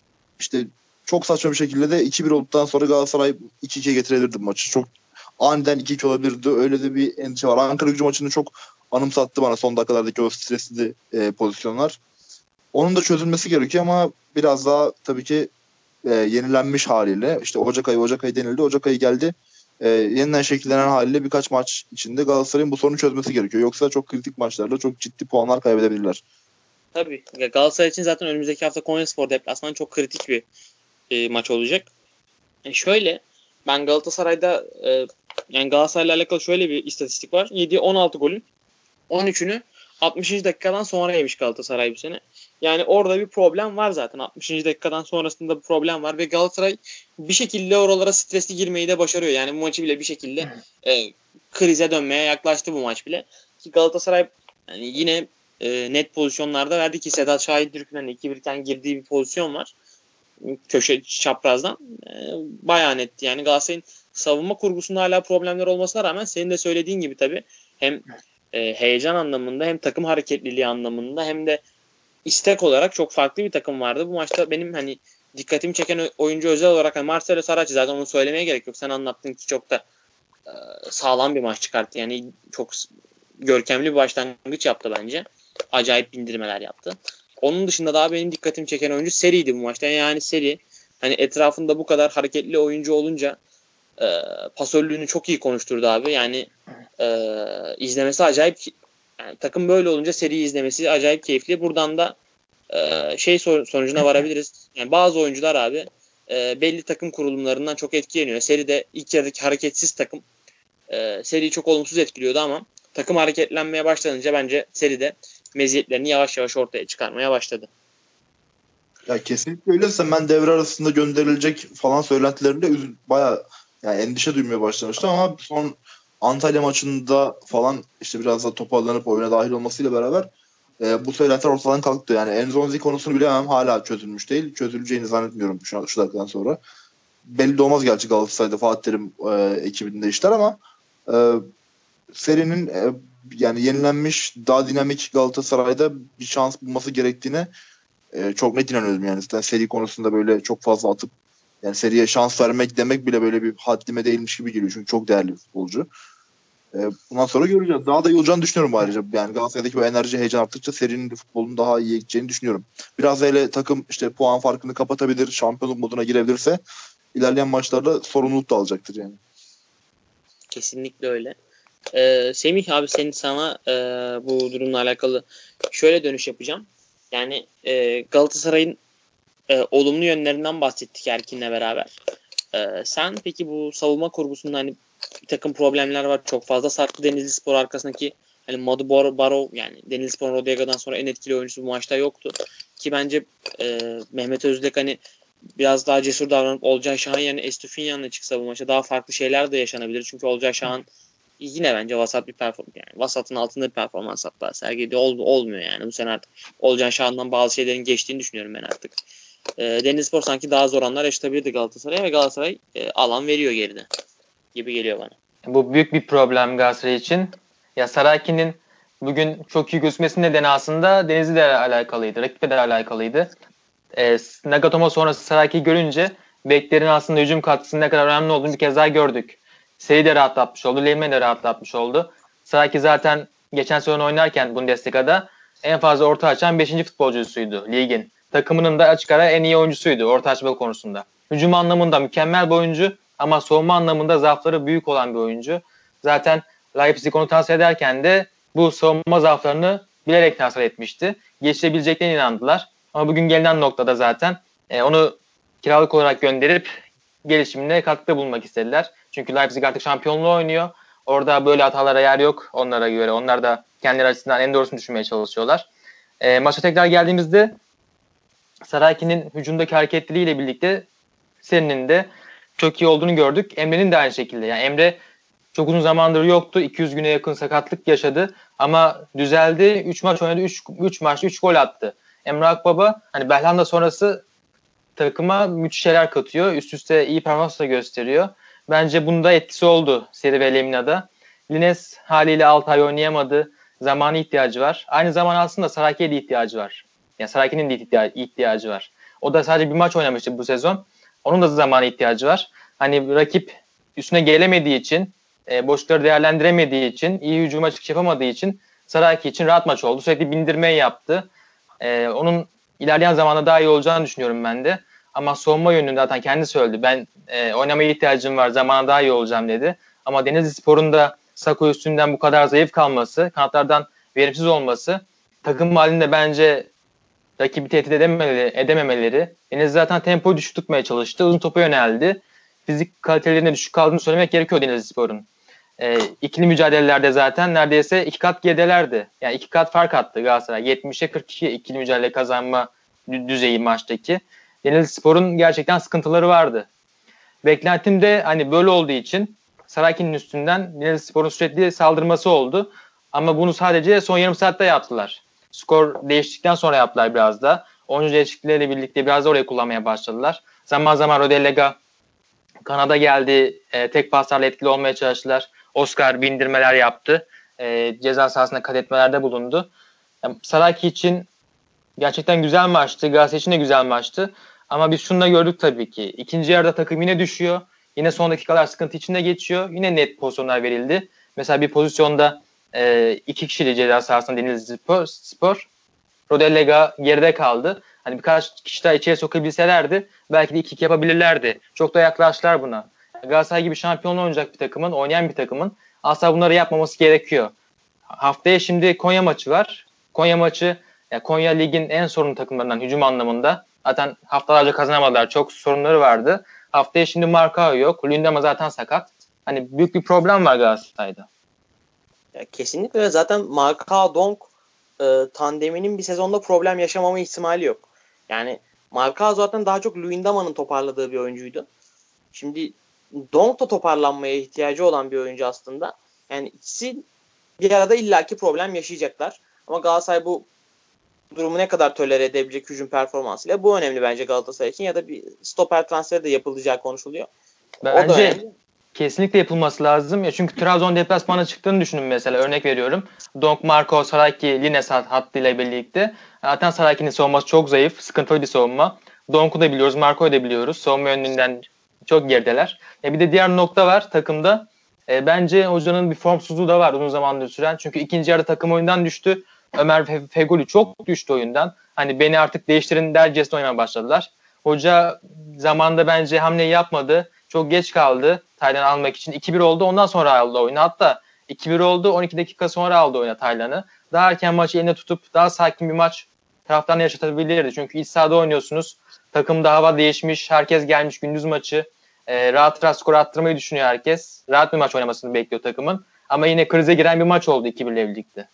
işte çok saçma bir şekilde de iki bir olduktan sonra Galatasaray iki ikiye getirebilirdi maçı. Çok aniden iki iki olabilirdi. Öyle de bir endişe var. Ankara-Gücü maçını çok anımsattı bana son dakikalardaki o stresli e, pozisyonlar. Onun da çözülmesi gerekiyor ama biraz daha tabii ki e, yenilenmiş haliyle, işte Ocak ayı Ocak ayı denildi. Ocak ayı geldi. E, yeniden şekillenen haliyle birkaç maç içinde Galatasaray'ın bu sorunu çözmesi gerekiyor. Yoksa çok kritik maçlarda çok ciddi puanlar kaybedebilirler. Tabii. Galatasaray için zaten önümüzdeki hafta Konyaspor deplasmanı çok kritik bir e, maç olacak. E şöyle, ben Galatasaray'da e, yani Galatasaray'la alakalı şöyle bir istatistik var. yedi on altı golün on üçünü altmışıncı dakikadan sonra yemiş Galatasaray bu sene. Yani orada bir problem var zaten. altmışıncı dakikadan sonrasında bir problem var ve Galatasaray bir şekilde oralara stresli girmeyi de başarıyor. Yani bu maçı bile bir şekilde e, krize dönmeye yaklaştı bu maç bile. Ki Galatasaray yani yine e, net pozisyonlarda verdi ki Sedat Şahin Türkmen'in iki birken girdiği bir pozisyon var. Köşe çaprazdan. E, bayağı netti. Yani Galatasaray'ın savunma kurgusunda hala problemler olmasına rağmen senin de söylediğin gibi tabii hem e, heyecan anlamında hem takım hareketliliği anlamında hem de istek olarak çok farklı bir takım vardı. Bu maçta benim hani dikkatimi çeken oyuncu özel olarak hani Marcelo Saracchi, zaten onu söylemeye gerek yok. Sen anlattın ki çok da e, sağlam bir maç çıkarttı. Yani çok görkemli bir başlangıç yaptı bence. Acayip bindirmeler yaptı. Onun dışında daha benim dikkatimi çeken oyuncu Seri'ydi bu maçta. Yani Seri hani etrafında bu kadar hareketli oyuncu olunca e, pasörlüğünü çok iyi konuşturdu abi. Yani e, izlemesi acayip, yani takım böyle olunca Seri'yi izlemesi acayip keyifli. Buradan da e, şey sonucuna varabiliriz. Yani bazı oyuncular abi e, belli takım kurulumlarından çok etkileniyor. Seri de ilk yarıdaki hareketsiz takım e, Seri'yi çok olumsuz etkiliyordu ama takım hareketlenmeye başlanınca bence Seri de meziyetlerini yavaş yavaş ortaya çıkarmaya başladı. Ya kesinlikle öyleyse ben devre arasında gönderilecek falan söylentilerinde üzül, bayağı yani endişe duymaya başlamıştım ama son Antalya maçında falan işte biraz da toparlanıp oyuna dahil olmasıyla beraber e, bu söylentiler ortadan kalktı. Yani Enzonzi konusunu bilemem, hala çözülmüş değil. Çözüleceğini zannetmiyorum şu an, şu dakikadan sonra. Belli de olmaz gerçi Galatasaray'da Fatih Terim e, ekibinde işler ama e, serinin e, yani yenilenmiş daha dinamik Galatasaray'da bir şans bulması gerektiğine e, çok net inanıyorum yani. Zaten seri konusunda böyle çok fazla atıp yani seriye şans vermek demek bile böyle bir haddime değilmiş gibi geliyor. Çünkü çok değerli bir futbolcu. E, bundan sonra göreceğiz. Daha da iyi olacağını düşünüyorum ayrıca. Yani Galatasaray'daki bu enerji, heyecan arttıkça serinin de futbolun daha iyi gideceğini düşünüyorum. Biraz öyle takım işte puan farkını kapatabilir, şampiyonluk moduna girebilirse ilerleyen maçlarda sorumluluk da alacaktır yani. Kesinlikle öyle. Ee, Semih abi, senin sana e, bu durumla alakalı şöyle dönüş yapacağım. Yani e, Galatasaray'ın e, olumlu yönlerinden bahsettik Erkin'le beraber. E, sen peki bu savunma kurgusunda hani bir takım problemler var. Çok fazla sarktı Denizlispor arkasındaki hani Madu Barov, yani Denizlispor'un Rodega'dan sonra en etkili oyuncusu bu maçta yoktu. Ki bence e, Mehmet Özdek hani biraz daha cesur davranıp Olcay Şahan yerine Estupiñan'la çıksa bu maça daha farklı şeyler de yaşanabilir. Çünkü Olcay Şahan yine bence vasat bir performans, yani vasatın altında bir performans hatta sergiledi, ol, olmuyor yani bu sene artık. Olcan Şahan'dan bazı şeylerin geçtiğini düşünüyorum ben artık. e, Denizlispor sanki daha zor anlar yaşatabilirdi Galatasaray'a ve Galatasaray e, alan veriyor geride gibi geliyor bana. Bu büyük bir problem Galatasaray için. Ya Saraki'nin bugün çok iyi gözükmesinin nedeni aslında Denizli ile alakalıydı. Rakiple de alakalıydı. E, Nagatomo sonrası Saraki'yi görünce beklerin aslında hücum katkısının ne kadar önemli olduğunu bir kez daha gördük. Seri de rahatlatmış oldu. Lehman'ı de rahatlatmış oldu. Saraki zaten geçen sezon oynarken Bundesliga'da en fazla orta açan beşinci futbolcusuydu ligin. Takımının da açık ara en iyi oyuncusuydu orta açma konusunda. Hücum anlamında mükemmel bir oyuncu ama savunma anlamında zaafları büyük olan bir oyuncu. Zaten Leipzig onu transfer ederken de bu savunma zaaflarını bilerek transfer etmişti. Geçirebileceklerine inandılar. Ama bugün gelinen noktada zaten e, onu kiralık olarak gönderip gelişimine katkıda bulunmak istediler. Çünkü Leipzig artık şampiyonluğu oynuyor. Orada böyle hatalara yer yok onlara göre. Onlar da kendileri açısından en doğrusunu düşünmeye çalışıyorlar. E, maça tekrar geldiğimizde Saraki'nin hücumdaki hareketliliğiyle birlikte Seri'nin de çok iyi olduğunu gördük. Emre'nin de aynı şekilde. Yani Emre çok uzun zamandır yoktu. iki yüz güne yakın sakatlık yaşadı. Ama düzeldi. üç maç oynadı. üç maçta üç gol attı. Emre Akbaba hani Belhanda sonrası takıma müthiş şeyler katıyor. Üst üste iyi performans da gösteriyor. Bence bunda etkisi oldu Seri ve Lemina'da. Lines haliyle altı ay oynayamadı. Zamanı ihtiyacı var. Aynı zaman aslında Saraki'ye de ihtiyacı var. Yani Saraki'nin de ihtiyacı var. O da sadece bir maç oynamıştı bu sezon. Onun da zamanı ihtiyacı var. Hani rakip üstüne gelemediği için, e, boşlukları değerlendiremediği için, iyi hücuma çıkış yapamadığı için Saraki için rahat maç oldu. Sürekli bindirmeyi yaptı. E, onun ilerleyen zamanda daha iyi olacağını düşünüyorum ben de. Ama savunma yönünde zaten kendisi söyledi. Ben e, oynamaya ihtiyacım var, zamana daha iyi olacağım dedi. Ama Denizlispor'un da Sako üstünden bu kadar zayıf kalması, kanatlardan verimsiz olması, takım halinde bence rakibi tehdit edememeleri, edememeleri. Denizli zaten tempoyu düşük tutmaya çalıştı. Uzun topa yöneldi. Fizik kalitelerinde düşük kaldığını söylemek gerekiyor Denizlispor'un. E, ikili mücadelelerde zaten neredeyse iki kat geridelerdi. Yani iki kat fark attı Galatasaray. yetmişe kırk iki ikili mücadele kazanma düzeyi maçtaki. Denizlispor'un gerçekten sıkıntıları vardı. Beklentim de hani böyle olduğu için Saraki'nin üstünden Denizlispor'un sürekli saldırması oldu. Ama bunu sadece son yarım saatte yaptılar. Skor değiştikten sonra yaptılar biraz da. Oyuncu değişiklikleriyle birlikte biraz da orayı kullanmaya başladılar. Zaman zaman Rodelega Kanada geldi. E, tek paslarla etkili olmaya çalıştılar. Oscar bindirmeler yaptı. E, ceza sahasına kat etmelerde bulundu. Yani Saraki için gerçekten güzel maçtı. Galatasaray için de güzel maçtı. Ama biz şunu da gördük tabii ki. İkinci yarıda takım yine düşüyor. Yine son dakikalar sıkıntı içinde geçiyor. Yine net pozisyonlar verildi. Mesela bir pozisyonda e, iki kişili ceza sahasında Denizlispor. Spor. Rodelega geride kaldı. Hani birkaç kişi daha içeri sokabilselerdi belki de iki iki yapabilirlerdi. Çok da yaklaştılar buna. Galatasaray gibi şampiyonluğu oynayacak bir takımın, oynayan bir takımın asla bunları yapmaması gerekiyor. Haftaya şimdi Konya maçı var. Konya maçı, yani Konya ligin en sorunlu takımlarından hücum anlamında. Zaten haftalarca kazanamadılar. Çok sorunları vardı. Haftaya şimdi Marka yok. Lundama zaten sakat. Hani büyük bir problem var Galatasaray'da. Ya kesinlikle zaten Marka Donk e, tandeminin bir sezonda problem yaşamama ihtimali yok. Yani Marka zaten daha çok Luyendama'nın toparladığı bir oyuncuydu. Şimdi Donk da toparlanmaya ihtiyacı olan bir oyuncu aslında. Yani ikisi bir arada illaki problem yaşayacaklar. Ama Galatasaray bu durumu ne kadar tolere edebilecek hücum performansıyla bu önemli bence Galatasaray için. Ya da bir stoper transferi de yapılacağı konuşuluyor. Bence o da önemli. Kesinlikle yapılması lazım. Ya çünkü Trabzon deplasmana çıktığını düşünün mesela. Örnek veriyorum. Donk, Marco, Saraki, Lines hattıyla birlikte. Zaten Saraki'nin savunması çok zayıf. Sıkıntılı bir savunma. Donk'u da biliyoruz. Marco'yu da biliyoruz. Savunma yönünden çok gerideler. E bir de diğer nokta var takımda. E, bence hocanın bir formsuzluğu da var uzun zamandır süren. Çünkü ikinci yarı takım oyundan düştü. Ömer Fegoli çok düştü oyundan. Hani beni artık değiştirin dercesine oynamaya başladılar. Hoca zamanında bence hamleyi yapmadı. Çok geç kaldı Taylan'ı almak için. iki bir oldu, ondan sonra aldı oyunu. Hatta iki bir oldu, on iki dakika sonra aldı oyuna Taylan'ı. Daha erken maçı elinde tutup daha sakin bir maç taraftarına yaşatabilirdi. Çünkü iç sahada oynuyorsunuz. Takımda hava değişmiş. Herkes gelmiş gündüz maçı. E, rahat rahat skor attırmayı düşünüyor herkes. Rahat bir maç oynamasını bekliyor takımın. Ama yine krize giren bir maç oldu iki bir ile birlikte.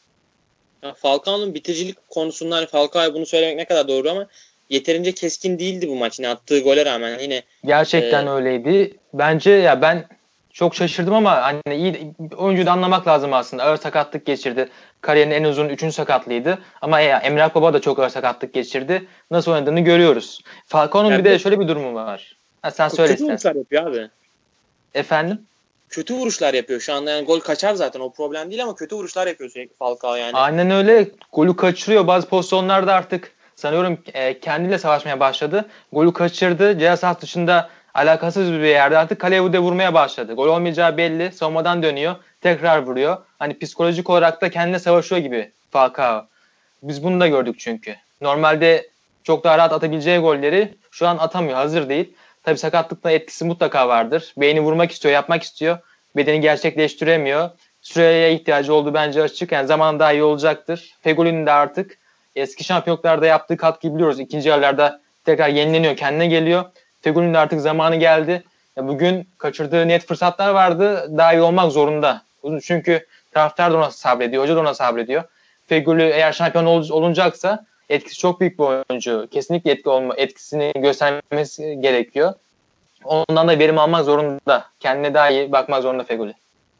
Falcao'nun bitiricilik konusunda hani Falcao'ya bunu söylemek ne kadar doğru ama yeterince keskin değildi bu maç. Yine attığı gole rağmen yine gerçekten e... öyleydi. Bence ya ben çok şaşırdım ama hani iyi oyuncuyu da anlamak lazım aslında. Ağır sakatlık geçirdi. Kariyerinin en uzun üçüncü sakatlığıydı. Ama ya, Emrah Baba da çok ağır sakatlık geçirdi. Nasıl oynadığını görüyoruz. Falcao'nun bir Yani de şöyle bir durumu var. Ha, sen söyle kötü istersen. vuruşlar yapıyor abi. Efendim? Kötü vuruşlar yapıyor şu anda. Yani gol kaçar zaten, o problem değil ama kötü vuruşlar yapıyor sürekli Falcao yani. Aynen öyle. Golü kaçırıyor. Bazı pozisyonlarda artık sanıyorum e, kendiyle savaşmaya başladı. Golü kaçırdı. Ceza sahası dışında alakasız bir yerde artık kaleye de vurmaya başladı. Gol olmayacağı belli. Savunmadan dönüyor. Tekrar vuruyor. Hani psikolojik olarak da kendine savaşıyor gibi Falcao. Biz bunu da gördük çünkü. Normalde çok daha rahat atabileceği golleri şu an atamıyor. Hazır değil. Tabii sakatlıkla etkisi mutlaka vardır. Beyni vurmak istiyor, yapmak istiyor. Bedeni gerçekleştiremiyor. Süreye ihtiyacı olduğu bence açık. Yani zaman daha iyi olacaktır. Fegoli'nin de artık eski şampiyonluklarda yaptığı katkıyı biliyoruz. İkinci yarılarda tekrar yenileniyor, kendine geliyor. Fegoli'nin de artık zamanı geldi. Ya bugün kaçırdığı net fırsatlar vardı. Daha iyi olmak zorunda. Çünkü taraftar da ona sabrediyor, hoca da ona sabrediyor. Fegoli eğer şampiyon ol, olunacaksa etkisi çok büyük bir oyuncu. Kesinlikle etki olma, etkisini göstermesi gerekiyor. Ondan da verim almak zorunda. Kendine daha iyi bakmak zorunda Fegoli.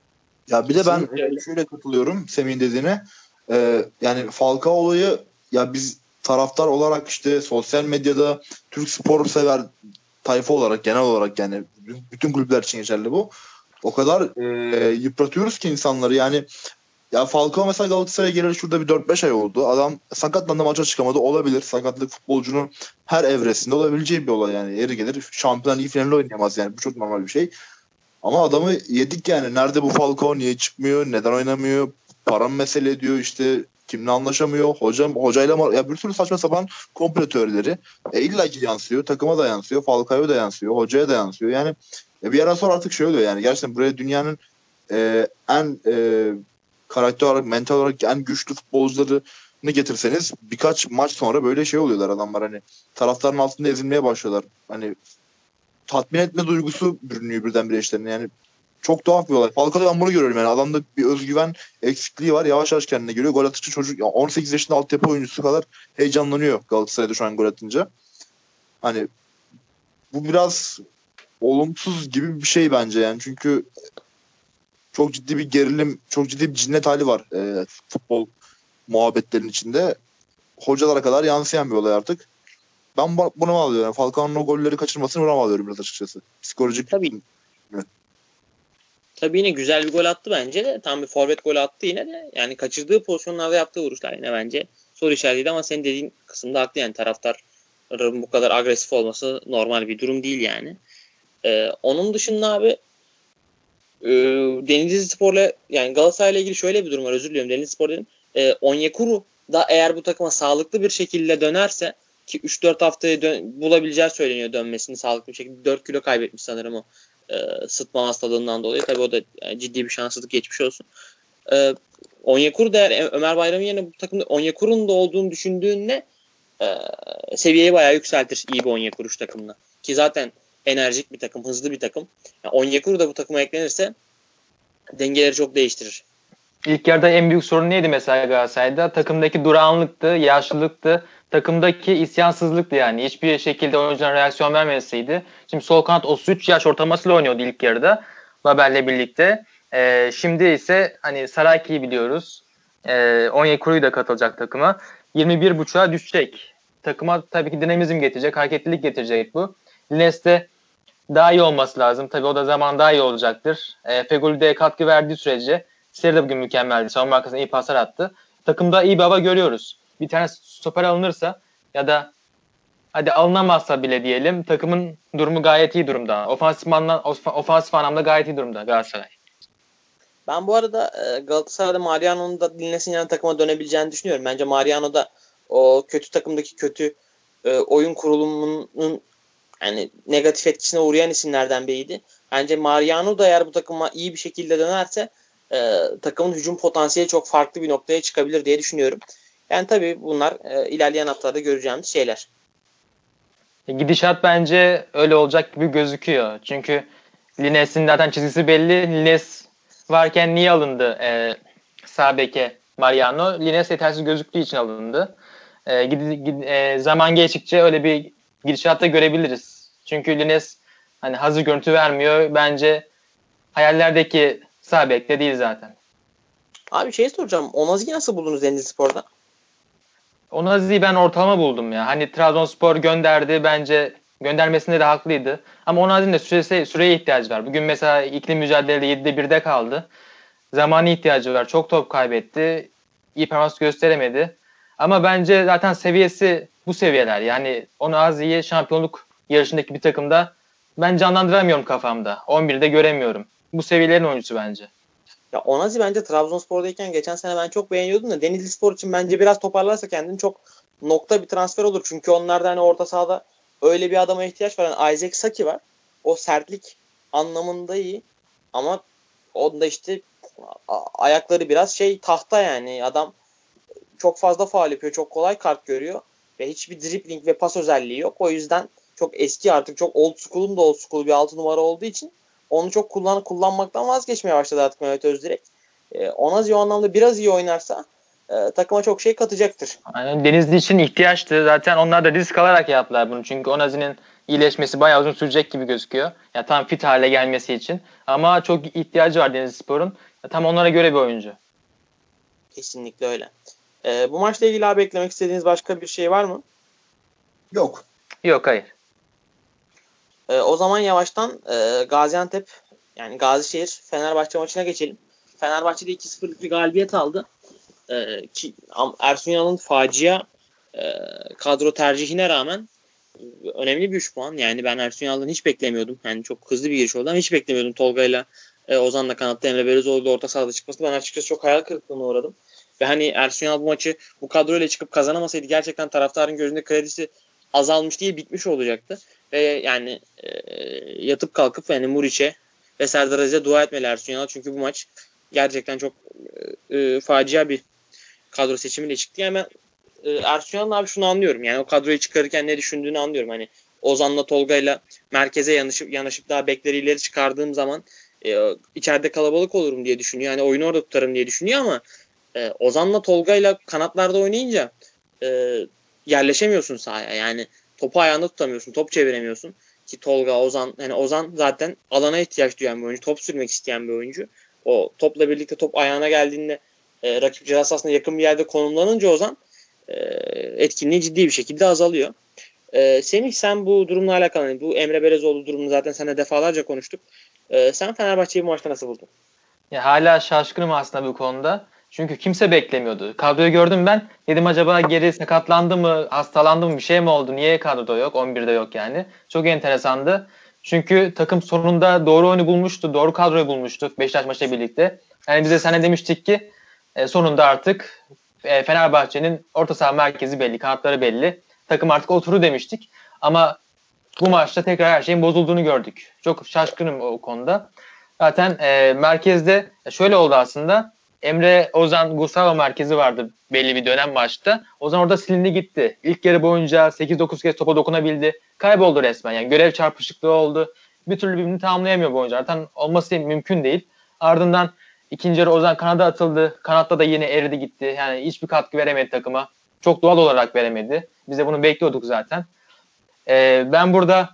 Ya bir de ben Kesinlikle öyle. şöyle katılıyorum Semih'in dediğine. Ee, yani Falcao olayı, ya biz taraftar olarak işte sosyal medyada Türk spor sever tayfa olarak, genel olarak, yani bütün kulüpler için geçerli bu. O kadar e, yıpratıyoruz ki insanları yani. Ya Falcao mesela Galatasaray'a geleli şurada bir dört beş ay oldu. Adam sakatlandı, maça çıkamadı. Olabilir. Sakatlık futbolcunun her evresinde olabileceği bir olay yani. Yeri gelir Şampiyonlar Ligi finalinde oynayamaz yani. Bu çok normal bir şey. Ama adamı yedik yani. Nerede bu Falcao? Niye çıkmıyor? Neden oynamıyor? Para mı mesele ediyor? İşte kimle anlaşamıyor? Hocam, hocayla mı? Ya bir sürü saçma sapan komplo teorileri. E illa ki yansıyor. Takıma da yansıyor. Falcao'ya da yansıyor. Hocaya da yansıyor. Yani e bir yerden sonra artık şey oluyor yani. Gerçekten buraya dünyanın e, en e, karakter olarak, mental olarak en güçlü futbolcularını getirseniz birkaç maç sonra böyle şey oluyorlar adamlar, hani taraftarın altında ezilmeye başlıyorlar. Hani tatmin etme duygusu bürünüyor birdenbire işlerine. Yani çok tuhaf bir olay. Falcao'da ben bunu görüyorum yani. Adamda bir özgüven eksikliği var. Yavaş yavaş kendine geliyor. Gol atıcı çocuk. Yani on sekiz yaşında altyapı oyuncusu kadar heyecanlanıyor Galatasaray'da şu an gol atınca. Hani bu biraz olumsuz gibi bir şey bence yani. Çünkü çok ciddi bir gerilim, çok ciddi bir cinnet hali var e, futbol muhabbetlerin içinde. Hocalara kadar yansıyan bir olay artık. Ben buna bağlıyorum. Yani Falcao'nun o golleri kaçırmasını buna bağlıyorum biraz açıkçası. Psikolojik. Tabii. Tabii yine güzel bir gol attı bence de. Tam bir forvet golü attı yine de. Yani kaçırdığı pozisyonlarda yaptığı vuruşlar yine bence soru işaretiydi ama senin dediğin kısımda haklı yani. Taraftarın bu kadar agresif olması normal bir durum değil yani. Ee, onun dışında abi e, Denizli Spor'la yani Galatasaray'la ilgili şöyle bir durum var. Özür diliyorum, Denizli Spor dedim. E, Onyekuru da eğer bu takıma sağlıklı bir şekilde dönerse, ki üç dört haftayı dön- bulabileceği söyleniyor dönmesini sağlıklı bir şekilde. dört kilo kaybetmiş sanırım o e, sıtma hastalığından dolayı. Tabii o da yani ciddi bir şanssızlık, geçmiş olsun. E, Onyekuru da eğer Ömer Bayram'ın yerine bu takımda Onyekuru'nun da olduğunu düşündüğünde e, seviyeyi bayağı yükseltir iyi bir Onyekuru takımına. Ki zaten enerjik bir takım, hızlı bir takım. Yani Onyekuru da bu takıma eklenirse dengeleri çok değiştirir. İlk yarıda en büyük sorun neydi mesela Galatasaray'da? Takımdaki durağanlıktı, yaşlılıktı. Takımdaki isyansızlıktı yani. Hiçbir şekilde oyuncuların reaksiyon vermesiydi. Şimdi sol kanat otuz üç yaş ortalamasıyla oynuyordu ilk yarıda Babel'le birlikte. Ee, şimdi ise hani Saraki'yi biliyoruz. Ee, Onyekuru'yu da katılacak takıma. yirmi bir buçuğa düşecek. Takıma tabii ki dinamizm getirecek, hareketlilik getirecek bu. Lines de daha iyi olması lazım. Tabii o da zaman daha iyi olacaktır. E, Fegoli de katkı verdiği sürece Seri de bugün mükemmeldi. Savunma arkasına iyi paslar attı. Takımda iyi bir hava görüyoruz. Bir tane stoper alınırsa ya da hadi alınamazsa bile diyelim takımın durumu gayet iyi durumda. Ofansif anlamda, ofansif anlamda gayet iyi durumda Galatasaray. Ben bu arada e, Galatasaray'da Mariano'nun da dinlesin yani takıma dönebileceğini düşünüyorum. Bence Mariano da o kötü takımdaki kötü e, oyun kurulumunun yani negatif etkisine uğrayan isimlerden biriydi. Bence Mariano da eğer bu takıma iyi bir şekilde dönerse e, takımın hücum potansiyeli çok farklı bir noktaya çıkabilir diye düşünüyorum. Yani tabii bunlar e, ilerleyen haftalarda göreceğimiz şeyler. Gidişat bence öyle olacak gibi gözüküyor. Çünkü Lines'in zaten çizgisi belli. Lines varken niye alındı e, sağ beke Mariano? Lines yetersiz gözüktüğü için alındı. E, gid, gid, e, zaman geçtikçe öyle bir gidişatta görebiliriz. Çünkü Lines hani hazır görüntü vermiyor. Bence hayallerdeki sağ bek de değil zaten. Abi şey soracağım. Onazi'yi nasıl buldunuz Denizlispor'da? Onazi'yi ben ortalama buldum ya. Hani Trabzonspor gönderdi, bence göndermesinde de haklıydı. Ama Onazi'nin de süresi, süreye ihtiyacı var. Bugün mesela ikili mücadelede yedide birde kaldı. Zamanı ihtiyacı var. Çok top kaybetti. İyi performans gösteremedi. Ama bence zaten seviyesi bu seviyeler. Yani Onazi'yi şampiyonluk yarışındaki bir takımda ben canlandıramıyorum kafamda. on birde göremiyorum. Bu seviyelerin oyuncusu bence. Ya Onazi bence Trabzonspor'dayken geçen sene ben çok beğeniyordum da Denizlispor için bence biraz toparlarsa kendini çok nokta bir transfer olur. Çünkü onlarda hani orta sahada öyle bir adama ihtiyaç var. Yani Isaac Saki var. O sertlik anlamında iyi. Ama onda işte a- ayakları biraz şey tahta yani. Adam çok fazla faul yapıyor. Çok kolay kart görüyor. Ve hiçbir dribbling ve pas özelliği yok. O yüzden çok eski artık çok old school'un da old school bir altı numara olduğu için onu çok kullan kullanmaktan vazgeçmeye başladı artık Mehmet Özdirek. E, Onazi o anlamda biraz iyi oynarsa e, takıma çok şey katacaktır. Yani Denizli için ihtiyaçtı. Zaten onlar da risk alarak yaptılar bunu. Çünkü Onazi'nin iyileşmesi bayağı uzun sürecek gibi gözüküyor. Ya tam fit hale gelmesi için. Ama çok ihtiyacı var Denizlispor'un. Ya tam onlara göre bir oyuncu. Kesinlikle öyle. E, bu maçla ilgili abi eklemek istediğiniz başka bir şey var mı? Yok. Yok, hayır. E, o zaman yavaştan e, Gaziantep yani Gazişehir Fenerbahçe maçına geçelim. Fenerbahçe'de iki sıfırlık bir galibiyet aldı. E, ki Ersun Yanal'ın facia e, kadro tercihine rağmen önemli bir üç puan. Yani ben Ersun Yanal'dan hiç beklemiyordum. Yani çok hızlı bir giriş oldu ama hiç beklemiyordum Tolga'yla e, Ozan'la kanatta Emre Belözoğlu'yla orta sahada çıkması. Ben açıkçası çok hayal kırıklığına uğradım. Ve hani Ersun Yanal bu maçı bu kadroyla çıkıp kazanamasaydı gerçekten taraftarın gözünde kredisi azalmış değil bitmiş olacaktı. Ve yani e, yatıp kalkıp yani Muriç'e ve Serdar Aziz'e dua etmeli Ersun Yanal. Çünkü bu maç gerçekten çok e, e, facia bir kadro seçimiyle çıktı. Yani ben e, Ersun Yanal'ın abi şunu anlıyorum. Yani o kadroyu çıkarırken ne düşündüğünü anlıyorum. Hani Ozan'la Tolga'yla merkeze yanaşıp, yanaşıp daha bekleri ileri çıkardığım zaman e, içeride kalabalık olurum diye düşünüyor. Hani oyunu orada tutarım diye düşünüyor ama e, Ozan'la Tolga'yla kanatlarda oynayınca e, yerleşemiyorsun sahaya. Yani topu ayağında tutamıyorsun. Top çeviremiyorsun. Ki Tolga, Ozan, hani Ozan zaten alana ihtiyaç duyan bir oyuncu. Top sürmek isteyen bir oyuncu. O topla birlikte top ayağına geldiğinde e, rakip ceza sahasına yakın bir yerde konumlanınca Ozan e, etkinliği ciddi bir şekilde azalıyor. E, Semih sen bu durumla alakalı, hani bu Emre Belezoğlu durumunu zaten seninle defalarca konuştuk. E, sen Fenerbahçe'yi bu maçta nasıl buldun? Ya hala şaşkınım aslında bu konuda. Çünkü kimse beklemiyordu. Kadroyu gördüm ben. Dedim acaba geri sakatlandı mı, hastalandı mı, bir şey mi oldu? Niye kadroda yok? on birde yok yani. Çok enteresandı. Çünkü takım sonunda doğru oyunu bulmuştu. Doğru kadroyu bulmuştu Beşiktaş maçıyla birlikte. Yani bize sana demiştik ki e, sonunda artık e, Fenerbahçe'nin orta saha merkezi belli, kanatları belli. Takım artık oturdu demiştik. Ama bu maçta tekrar her şeyin bozulduğunu gördük. Çok şaşkınım o konuda. Zaten e, merkezde şöyle oldu aslında. Emre Ozan Gustavo merkezi vardı belli bir dönem maçta. Ozan orada silindi gitti. İlk yarı boyunca sekiz dokuz kez topa dokunabildi. Kayboldu resmen. Yani görev çarpışıklığı oldu. Bir türlü birbirini tamamlayamıyor bu oyuncu. Zaten olması mümkün değil. Ardından ikinci yarı Ozan kanada atıldı. Kanatta da yine eridi gitti. Yani hiçbir katkı veremedi takıma. Çok doğal olarak veremedi. Biz de bunu bekliyorduk zaten. E, ben burada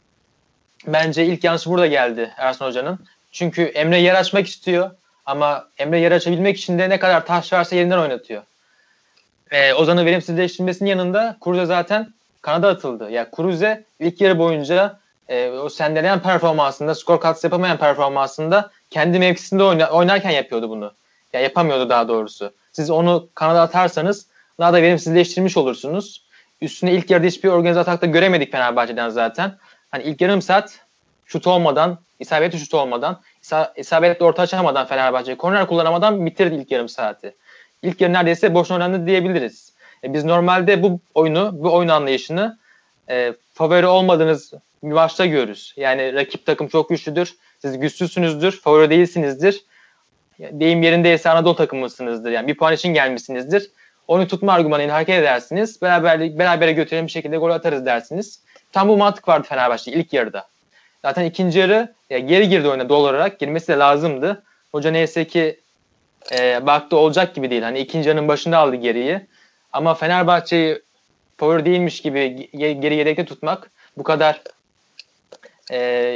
bence ilk yanlışı burada geldi Ersun Hoca'nın. Çünkü Emre yer açmak istiyor ama Emre yer açabilmek için de ne kadar taş varsa yerinden oynatıyor. Ee, Ozan'ın verimsizleştirmesinin yanında Kruse zaten kanada atıldı. Yani Kruse ilk yarı boyunca e, o sendeleyen performansında, skor katkısı yapamayan performansında kendi mevkisinde oyna, oynarken yapıyordu bunu. Yani yapamıyordu daha doğrusu. Siz onu kanada atarsanız daha da verimsizleştirmiş olursunuz. Üstüne ilk yarıda hiçbir organize atakta göremedik Fenerbahçe'den zaten. Hani ilk yarım saat şut olmadan, isabetli şut olmadan, isabetli orta açamadan Fenerbahçe korner kullanamadan bitirdi ilk yarım saati. İlk yarı neredeyse boşuna oynandı diyebiliriz. E, biz normalde bu oyunu, bu oyun anlayışını e, favori olmadığınız bir maçta görürüz. Yani rakip takım çok güçlüdür, siz güçsüzsünüzdür, favori değilsinizdir. Deyim yerindeyse Anadolu takımısınızdır. Yani bir puan için gelmişsinizdir. Onu tutma argümanıyla hareket edersiniz. Beraber, berabere götürelim bir şekilde gol atarız dersiniz. Tam bu mantık vardı Fenerbahçe ilk yarıda. Zaten ikinci yarı ya geri girdi oyuna doğal olarak. Girmesi de lazımdı. Hoca neyse ki e, baktı olacak gibi değil. Hani ikinci yarının başında aldı geriyi. Ama Fenerbahçe'yi favori değilmiş gibi geri yedekte tutmak bu kadar e,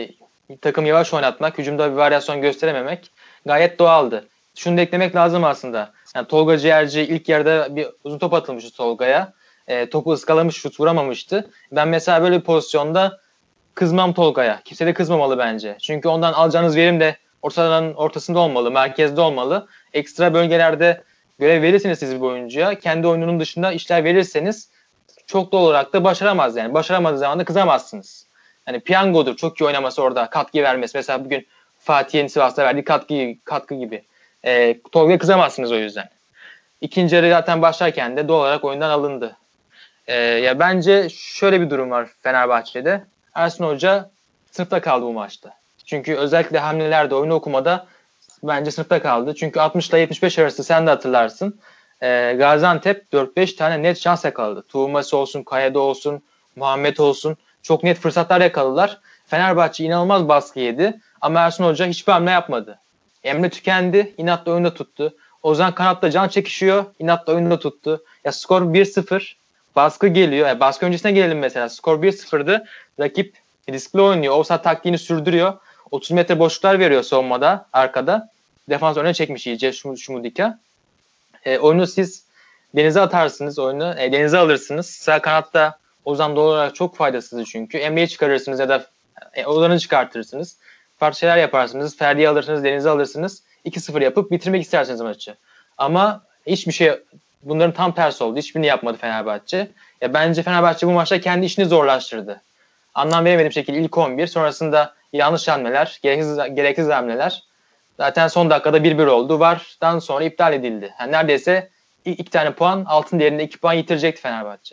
takım yavaş oynatmak, hücumda bir varyasyon gösterememek gayet doğaldı. Şunu da eklemek lazım aslında. Yani Tolga Ciğerci ilk yarıda bir uzun top atılmıştı Tolga'ya. E, topu ıskalamış, şut vuramamıştı. Ben mesela böyle bir pozisyonda kızmam Tolga'ya. Kimse de kızmamalı bence. Çünkü ondan alacağınız verim de ortadan ortasında olmalı, merkezde olmalı. Ekstra bölgelerde görev verirseniz siz bir oyuncuya, kendi oyununun dışında işler verirseniz çok doğal olarak da başaramaz yani. Başaramadığı zaman da kızamazsınız. Hani piyangodur. Çok iyi oynaması orada. Katkı vermesi. Mesela bugün Fatih'in Sivas'ta verdiği katkı, katkı gibi. E, Tolga'ya kızamazsınız o yüzden. İkinci yarı zaten başlarken de doğal olarak oyundan alındı. E, ya bence şöyle bir durum var Fenerbahçe'de. Ersun Hoca sınıfta kaldı bu maçta. Çünkü özellikle hamlelerde, oyunu okumada bence sınıfta kaldı. Çünkü altmış ile yetmiş beş arası sen de hatırlarsın. E, Gaziantep dört beş tane net şans yakaladı. Tuğması olsun, Kaya'da olsun, Muhammed olsun. Çok net fırsatlar yakaladılar. Fenerbahçe inanılmaz baskı yedi. Ama Ersun Hoca hiçbir hamle yapmadı. Emre tükendi, inatla oyunda tuttu. Ozan kanatta can çekişiyor, inatla oyunda tuttu. Ya skor bir sıfır. Baskı geliyor. Yani baskı öncesine gelelim mesela. Skor bir sıfırdı. Rakip riskli oynuyor. Offside taktiğini sürdürüyor. otuz metre boşluklar veriyor savunmada, arkada. Defans öne çekmiş iyice Şumudika. E, oyunu siz denize atarsınız oyunu. E, denize alırsınız. Sağ kanatta Ozan doğal olarak çok faydasız çünkü. Emre'yi çıkarırsınız ya da e, Ozan'ı çıkartırsınız. Farklı şeyler yaparsınız. Ferdi'yi alırsınız, denize alırsınız. iki sıfır yapıp bitirmek istersiniz maçı. Ama hiçbir şey bunların tam tersi oldu. Hiçbirini yapmadı Fenerbahçe. Ya bence Fenerbahçe bu maçta kendi işini zorlaştırdı. Anlam veremediğim şekilde ilk on bir. Sonrasında yanlış hamleler, gereksiz, gereksiz hamleler. Zaten son dakikada bir bir oldu. Var'dan sonra iptal edildi. Yani neredeyse iki tane puan, altın değerinde iki puan yitirecekti Fenerbahçe.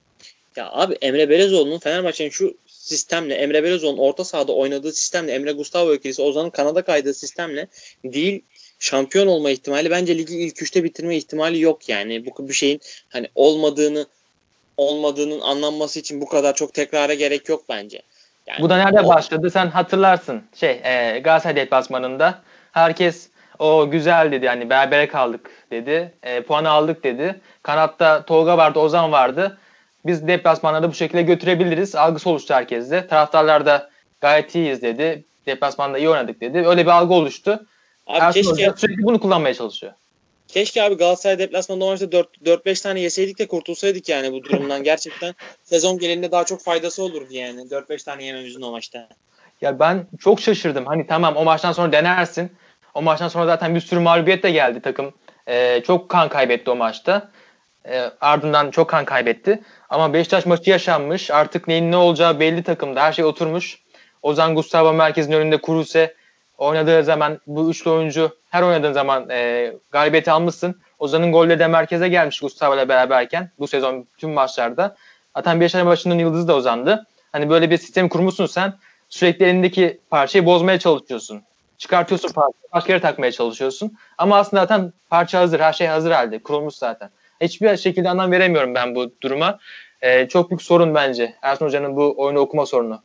Ya abi Emre Belezoğlu'nun Fenerbahçe'nin şu sistemle, Emre Belezoğlu'nun orta sahada oynadığı sistemle, Emre Gustavo ikilisi Ozan'ın kanada kaydığı sistemle değil şampiyon olma ihtimali, bence ligi ilk üçte bitirme ihtimali yok yani. Bu bir şeyin hani olmadığını olmadığının anlanması için bu kadar çok tekrara gerek yok bence. Yani Bu da nerede o, başladı? Sen hatırlarsın. Şey, e, Galatasaray deplasmanında herkes o güzel dedi. Yani berabere kaldık dedi. E, puanı aldık dedi. Kanatta Tolga vardı, Ozan vardı. Biz deplasmanlarda bu şekilde götürebiliriz. Algısı oluştu herkeste. Taraftarlar da gayet iyiyiz dedi. Deplasmanda iyi oynadık dedi. Öyle bir algı oluştu. abi Ersun keşke Hoca sürekli bunu kullanmaya çalışıyor. Keşke abi Galatasaray deplasmanında o maçta dört beş tane yeseydik de kurtulsaydık yani bu durumdan. Gerçekten sezon genelinde daha çok faydası olurdu yani dört beş tane yememizin o maçta. Ya ben çok şaşırdım. Hani tamam o maçtan sonra denersin. O maçtan sonra zaten bir sürü mağlubiyet de geldi takım. Ee, çok kan kaybetti o maçta. Ee, ardından çok kan kaybetti. Ama Beşiktaş maçı yaşanmış. Artık neyin ne olacağı belli takımda. Her şey oturmuş. Ozan Gustavo merkezin önünde Kruse oynadığı zaman bu üçlü oyuncu her oynadığın zaman e, galibiyeti almışsın. Ozan'ın golleri de merkeze gelmiş Gustavo ile beraberken bu sezon tüm maçlarda. Zaten Beşiktaş maçının yıldızı da Ozan'dı. Hani böyle bir sistem kurmuşsun sen. Sürekli elindeki parçayı bozmaya çalışıyorsun. Çıkartıyorsun parçayı, başka yere takmaya çalışıyorsun. Ama aslında zaten parça hazır, her şey hazır halde, kurulmuş zaten. Hiçbir şekilde anlam veremiyorum ben bu duruma. Ee, çok büyük sorun bence Ersun Hoca'nın bu oyunu okuma sorunu.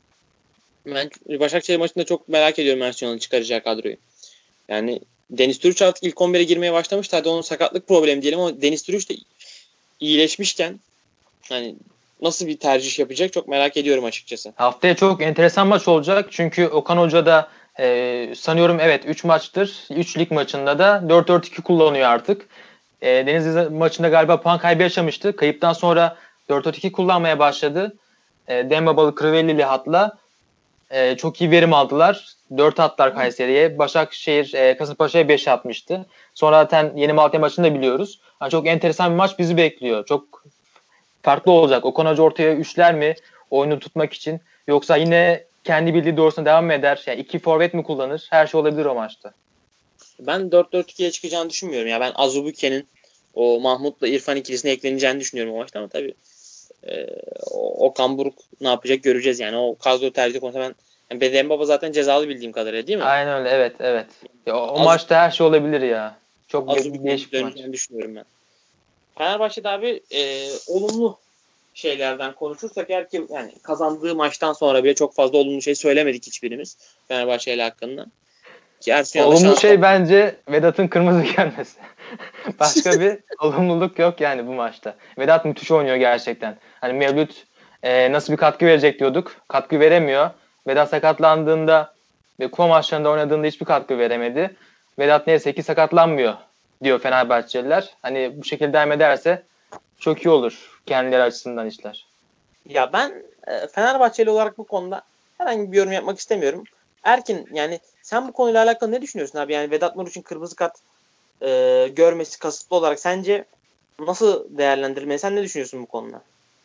Ben Başakşehir maçında çok merak ediyorum Ersun'un çıkaracağı kadroyu. Yani Deniz Türüç artık ilk on bire girmeye başlamıştı. Hadi onun sakatlık problemi diyelim ama Deniz Türüç de iyileşmişken hani nasıl bir tercih yapacak çok merak ediyorum açıkçası. Haftaya çok enteresan maç olacak. Çünkü Okan Hoca da e, sanıyorum evet üç maçtır. üç lig maçında da dört dört iki kullanıyor artık. E, Denizli maçında galiba puan kaybı yaşamıştı. Kayıptan sonra dört dört iki kullanmaya başladı. E, Dembabalı Crivelli'li hatla e, çok iyi verim aldılar. dört attılar Kayseri'ye. Başakşehir e, Kasımpaşa'ya beş atmıştı. Sonra zaten Yeni Malatya maçını da biliyoruz. Yani çok enteresan bir maç bizi bekliyor. Çok farklı olacak. Okan Hoca ortaya üçler mi oyunu tutmak için yoksa yine kendi bildiği doğrusuna devam mı eder? Yani iki forvet mi kullanır? Her şey olabilir o maçta. Ben dört dört ikiye çıkacağını düşünmüyorum. Ya ben Azubuike'nin o Mahmut'la İrfan ikilisine ekleneceğini düşünüyorum o maçta ama tabii e, Okan Buruk ne yapacak göreceğiz yani. O kadro tercih konusunda ben yani Dembaba zaten cezalı bildiğim kadarıyla değil mi? Aynen öyle. Evet, evet. Ya, o, o Az maçta her şey olabilir ya. Çok Azubuike'nin değişik bir maç. döneceğini düşünüyorum ben. Fenerbahçe'de abi e, olumlu şeylerden konuşursak eğer ki yani kazandığı maçtan sonra bile çok fazla olumlu şey söylemedik hiçbirimiz Fenerbahçe ile hakkında. Ki Ersun Yanal'da Olumlu şanslı. şey bence Vedat'ın kırmızı gelmesi. Başka bir olumluluk yok yani bu maçta. Vedat müthiş oynuyor gerçekten. Hani Mevlüt e, nasıl bir katkı verecek diyorduk. Katkı veremiyor. Vedat sakatlandığında ve kupa maçlarında oynadığında hiçbir katkı veremedi. Vedat neyse ki sakatlanmıyor diyor Fenerbahçeliler. Hani bu şekilde devam ederse çok iyi olur kendileri açısından işler. Ya ben e, Fenerbahçeli olarak bu konuda herhangi bir yorum yapmak istemiyorum. Erkin, yani sen bu konuyla alakalı ne düşünüyorsun abi? Yani Vedat Muriç'in kırmızı kart e, görmesi kasıtlı olarak sence nasıl değerlendirilmeli? Sen ne düşünüyorsun bu konuda?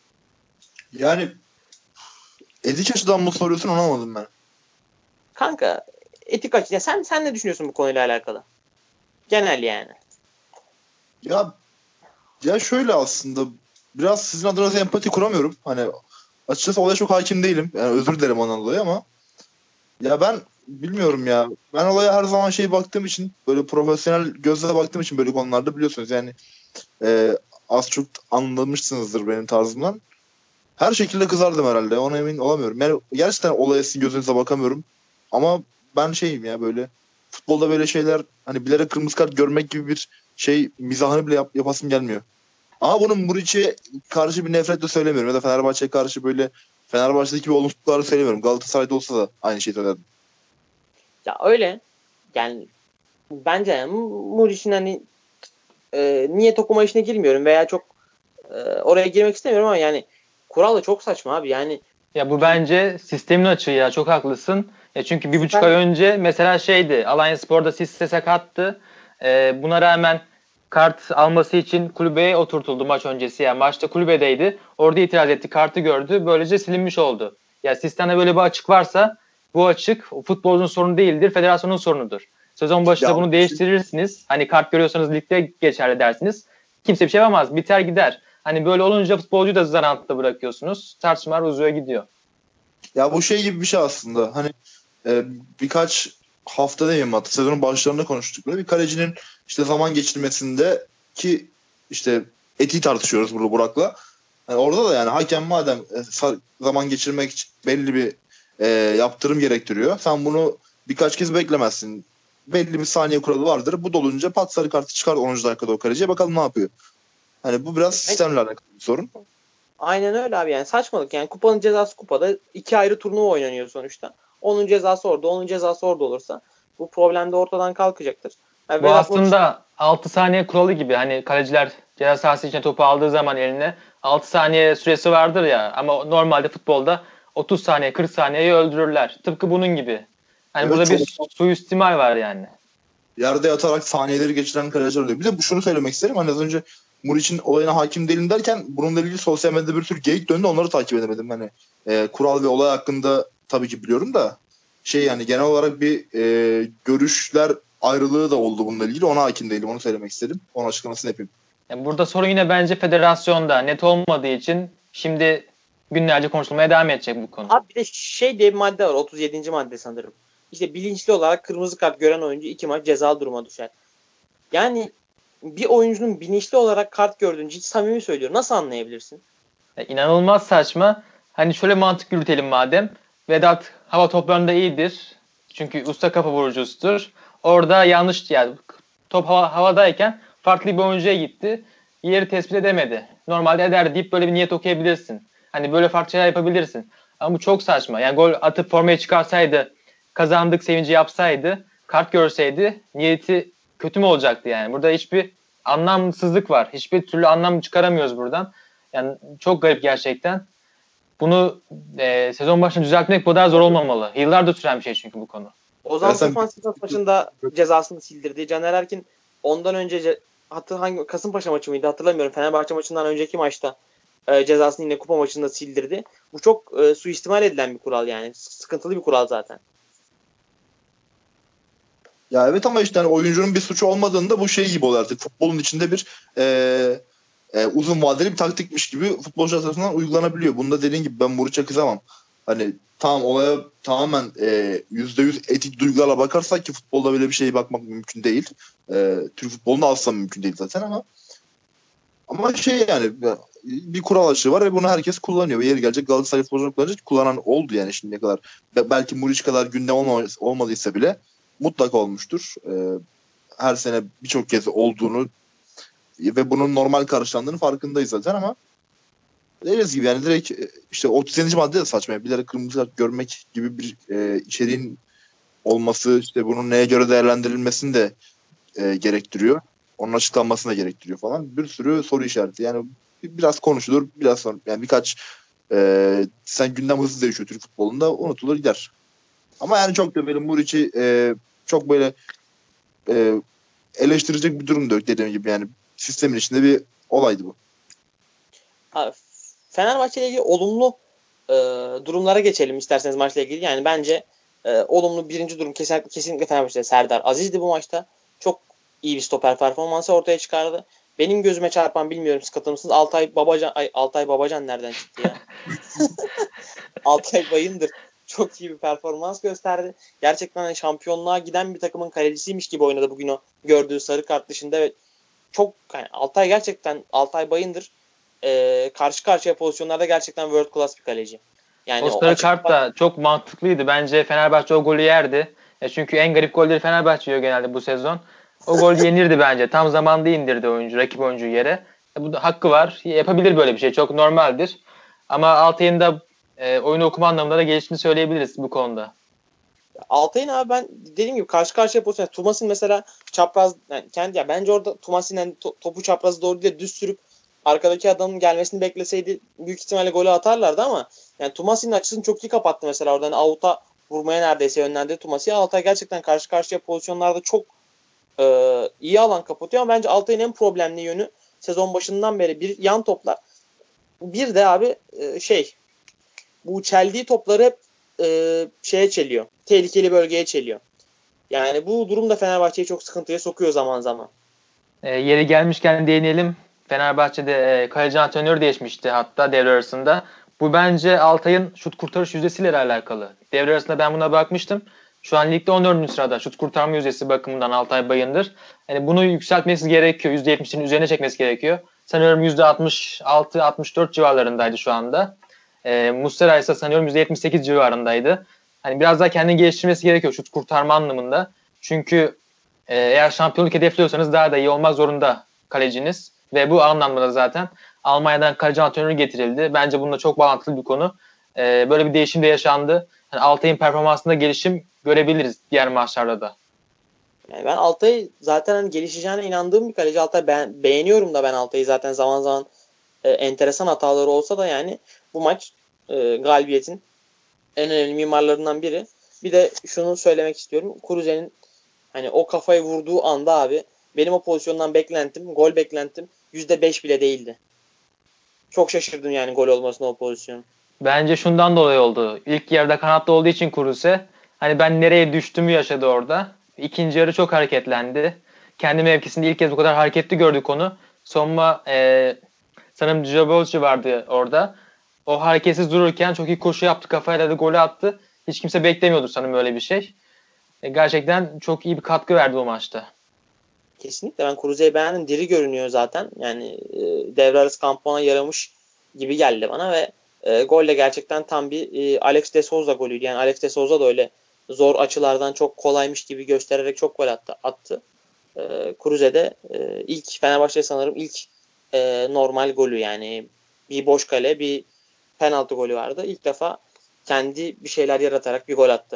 Yani etik açıdan mı soruyorsun, onu anlamadım ben. Kanka, etik açı. Ya sen sen ne düşünüyorsun bu konuyla alakalı? Genel yani. Ya ya şöyle aslında biraz sizin adınıza empati kuramıyorum. Hani açıkçası olaya çok hakim değilim. Yani özür dilerim ondan dolayı ama ya ben bilmiyorum ya. Ben olaya her zaman şey baktığım için, böyle profesyonel gözle baktığım için böyle konularda, biliyorsunuz yani e, az çok anlamışsınızdır benim tarzımdan. Her şekilde kızardım herhalde. Ona emin olamıyorum. Yani gerçekten olaya sizin gözünüze bakamıyorum. Ama ben şeyim ya, böyle futbolda böyle şeyler, hani bilerek kırmızı kart görmek gibi bir şey mizahını bile yap, yapasım gelmiyor. Ama bunun Muriç'e karşı bir nefretle söylemiyorum. Ya da Fenerbahçe'ye karşı böyle Fenerbahçe'deki bir olumsuzlukları söylemiyorum. Galatasaray'da olsa da aynı şeyi söylerdim. Ya öyle. Yani bence yani Muriç'in hani e, niyet okuma işine girmiyorum veya çok e, oraya girmek istemiyorum ama yani kural da çok saçma abi. Yani Ya bu bir bence sistemin açığı ya, çok haklısın. Ya çünkü bir buçuk ay Süper önce mesela şeydi, Alanyaspor'da Sisse sakattı. Ee, buna rağmen kart alması için kulübeye oturtuldu maç öncesi. Yani maçta kulübedeydi. Orada itiraz etti, kartı gördü. Böylece silinmiş oldu. Ya sistemde böyle bir açık varsa bu açık futbolcunun sorunu değildir, federasyonun sorunudur. Sezon başında Ya bunu değiştirirsiniz. Hani kart görüyorsanız ligde geçerli dersiniz. Kimse bir şey yapamaz. Biter gider. Hani böyle olunca futbolcuyu da zar altında bırakıyorsunuz. Tartışmalar uzuyor gidiyor. ya bu şey gibi bir şey aslında. Hani e, birkaç hafta demeyeyim, hatta sezonun başlarında konuştuk. Böyle bir kalecinin işte zaman geçirmesinde ki işte etiği tartışıyoruz burada Burak'la. Yani orada da yani hakem madem e, zaman geçirmek için belli bir e, yaptırım gerektiriyor. Sen bunu birkaç kez beklemezsin. Belli bir saniye kuralı vardır. Bu dolunca pat sarı kartı çıkar onuncu dakikada o kaleciye, bakalım ne yapıyor. Hani bu biraz sistemle alakalı bir sorun. Aynen öyle abi, yani saçmalık. Yani kupanın cezası kupada, iki ayrı turnuva oynanıyor sonuçta. Onun cezası orada, onun cezası orada olursa bu problem de ortadan kalkacaktır. Yani Bu Vedat Muriç, aslında altı saniye kuralı gibi. Hani kaleciler ceza sahası içine topu aldığı zaman eline altı saniye süresi vardır ya. Ama normalde futbolda otuz saniye kırk saniyeyi öldürürler. Tıpkı bunun gibi. Hani Evet, burada çok bir suistimal var yani. yerde yatarak saniyeleri geçiren kaleciler oluyor. Bir de bu, şunu söylemek isterim. Hani az önce Muriç'in olayına hakim değilim derken bununla ilgili sosyal medyada bir tür geyik döndü. Onları takip edemedim. Hani e, kural ve olay hakkında tabii ki biliyorum da şey, yani genel olarak bir e, görüşler ayrılığı da oldu bununla ilgili. Ona hakim değilim. Onu söylemek istedim. Onun açıklamasını yapayım. Yani burada sorun yine bence federasyonda net olmadığı için şimdi günlerce konuşulmaya devam edecek bu konu. abi bir de şey diye bir madde var, otuz yedinci madde sanırım. İşte bilinçli olarak kırmızı kart gören oyuncu iki maç cezalı duruma düşer. Yani bir oyuncunun bilinçli olarak kart gördüğünü, hiç samimi söylüyorum, nasıl anlayabilirsin? Ya inanılmaz saçma. Hani şöyle mantık yürütelim madem. Vedat hava toplarında iyidir. Çünkü usta kafa vurucusudur. Orada yanlış, yani top hava, havadayken farklı bir oyuncuya gitti. Yeri tespit edemedi. Normalde eder deyip böyle bir niyet okuyabilirsin. Hani böyle farklı şeyler yapabilirsin. Ama bu çok saçma. Yani gol atıp formaya çıkarsaydı, kazandık sevinci yapsaydı, kart görseydi niyeti kötü mü olacaktı yani? Burada hiçbir anlamsızlık var. Hiçbir türlü anlam çıkaramıyoruz buradan. Yani çok garip gerçekten. Bunu e, sezon başında düzeltmek bu kadar zor olmamalı. Yıllardır süren bir şey çünkü bu konu. Ya Ozan sen Tufan Sivas maçında cezasını sildirdi. Caner Erkin ondan önce ce- hatır hangi Kasımpaşa maçı mıydı hatırlamıyorum. Fenerbahçe maçından önceki maçta e, cezasını yine kupa maçında sildirdi. Bu çok e, suistimal edilen bir kural yani. Sıkıntılı bir kural zaten. Ya evet, ama işte hani oyuncunun bir suçu olmadığında bu şey gibi oluyor artık. Futbolun içinde bir e, e, uzun vadeli bir taktikmiş gibi futbolcular tarafından uygulanabiliyor. Bunda dediğin gibi ben Muriç'e kızamam. Hani tamam, olaya tamamen e, yüzde yüz etik duygularla bakarsak, ki futbolda böyle bir şeye bakmak mümkün değil. E, Türk futbolunda asla mümkün değil zaten, ama ama şey yani bir kural açığı var ve bunu herkes kullanıyor. Ve yeri gelecek Galatasaray futbolcuları kullanacak. Kullanan oldu yani şimdiye kadar. Be- belki Muriç kadar gündem olma- olmadıysa bile mutlaka olmuştur. E, her sene birçok kez olduğunu ve bunun normal karşılandığını farkındayız zaten, ama Dediğiniz gibi yani direkt işte otuz yedinci madde de saçma. Bilerek kırmızı kart görmek gibi bir e, içeriğin olması, işte bunun neye göre değerlendirilmesini de e, gerektiriyor. Onun açıklanmasını da gerektiriyor falan. Bir sürü soru işareti. Yani biraz konuşulur, biraz sonra yani birkaç e, sen gündem hızlı değişiyor Türk futbolunda, unutulur gider. Ama yani çok da böyle Muriç'i e, çok böyle e, eleştirecek bir durum da yok dediğim gibi, yani sistemin içinde bir olaydı bu. Abi, Fenerbahçe ile ilgili olumlu e, durumlara geçelim isterseniz maçla ilgili. Yani bence e, olumlu birinci durum kesinlikle, kesinlikle Fenerbahçe'de Serdar Aziz'di bu maçta. Çok iyi bir stoper performansı ortaya çıkardı. Benim gözüme çarpan, bilmiyorum siz katılır mısınız, Altay Babacan, ay, Altay Babacan nereden çıktı ya? Altay Bayındır çok iyi bir performans gösterdi. Gerçekten hani şampiyonluğa giden bir takımın kalecisiymiş gibi oynadı bugün o gördüğü sarı kart dışında. Evet, çok yani Altay gerçekten Altay Bayındır e, karşı karşıya pozisyonlarda gerçekten world class bir kaleci. O Yani o sarı açık kart da çok mantıklıydı. Bence Fenerbahçe o golü yerdi. E çünkü en garip golleri Fenerbahçe yiyor genelde bu sezon. O gol yenirdi bence. Tam zamanında indirdi oyuncu, rakip oyuncuyu yere. E bu da hakkı var. Yapabilir böyle bir şey. Çok normaldir. Ama Altay'ın da e, oyunu okuma anlamında da geliştiğini söyleyebiliriz bu konuda. Altay'ın abi, ben dediğim gibi karşı karşıya pozisyon. Yani Thomas'ın mesela çapraz yani kendi ya bence orada Thomas'ın yani to, topu çaprazı doğru değil düz sürüp arkadaki adamın gelmesini bekleseydi büyük ihtimalle golü atarlardı ama yani Thomas'ın açısını çok iyi kapattı mesela oradan hani avuta vurmaya neredeyse yönlendirdi Thomas'ı. Altay gerçekten karşı karşıya pozisyonlarda çok e, iyi alan kapatıyor ama bence Altay'ın en problemli yönü sezon başından beri bir yan toplar. Bir de abi e, şey bu çeldiği topları hep e, şeye çeliyor. Tehlikeli bölgeye çeliyor. Yani bu durum da Fenerbahçe'yi çok sıkıntıya sokuyor zaman zaman. E, yeri gelmişken değinelim. Fenerbahçe'de e, kaleci antrenörü değişmişti hatta devre arasında. Bu bence Altay'ın şut kurtarış yüzdesiyle alakalı. Devre arasında ben buna bakmıştım. Şu an ligde on dördüncü sırada şut kurtarma yüzdesi bakımından Altay Bayındır. Yani bunu yükseltmesi gerekiyor. yüzde yetmişin üzerine çekmesi gerekiyor. Sanıyorum yüzde altmış altı altmış dört civarlarındaydı şu anda. E, Muslera ise sanıyorum yüzde yetmiş sekiz civarındaydı. Hani biraz daha kendini geliştirmesi gerekiyor şut kurtarma anlamında. Çünkü e, eğer şampiyonluk hedefliyorsanız daha da iyi olmak zorunda kaleciniz. Ve bu anlamda da zaten Almanya'dan kaleci antrenörü getirildi. Bence bununla çok bağlantılı bir konu. E, böyle bir değişim de yaşandı. Yani Altay'ın performansında gelişim görebiliriz diğer maçlarda da. Yani ben Altay'ı zaten hani gelişeceğine inandığım bir kaleci. Altay ben beğeniyorum da ben Altay'ı zaten zaman zaman e, enteresan hataları olsa da yani bu maç e, galibiyetin en önemli mimarlarından biri. Bir de şunu söylemek istiyorum. Kuruze'nin hani o kafayı vurduğu anda abi benim o pozisyondan beklentim, gol beklentim yüzde beş bile değildi. Çok şaşırdım yani gol olmasına o pozisyon. Bence şundan dolayı oldu. İlk yarıda kanatta olduğu için Kruse hani ben nereye düştüğümü yaşadı orada. İkinci yarı çok hareketlendi. Kendi mevkisinde ilk kez bu kadar hareketli gördük onu. Sonma e, sanırım Djokovic vardı orada. O hareketsiz dururken çok iyi koşu yaptı. Kafayla da golü attı. Hiç kimse beklemiyordu sanırım öyle bir şey. E, gerçekten çok iyi bir katkı verdi o maçta. Kesinlikle ben Kuruze'yi beğendim. Diri görünüyor zaten. Yani e, devre arası kampana yaramış gibi geldi bana ve e, gol de gerçekten tam bir e, Alex de Souza golüydü. Yani Alex de Souza da öyle zor açılardan çok kolaymış gibi göstererek çok gol attı. attı. E, Kuruze'de e, ilk Fenerbahçe sanırım ilk e, normal golü yani bir boş kale bir penaltı golü vardı. İlk defa kendi bir şeyler yaratarak bir gol attı.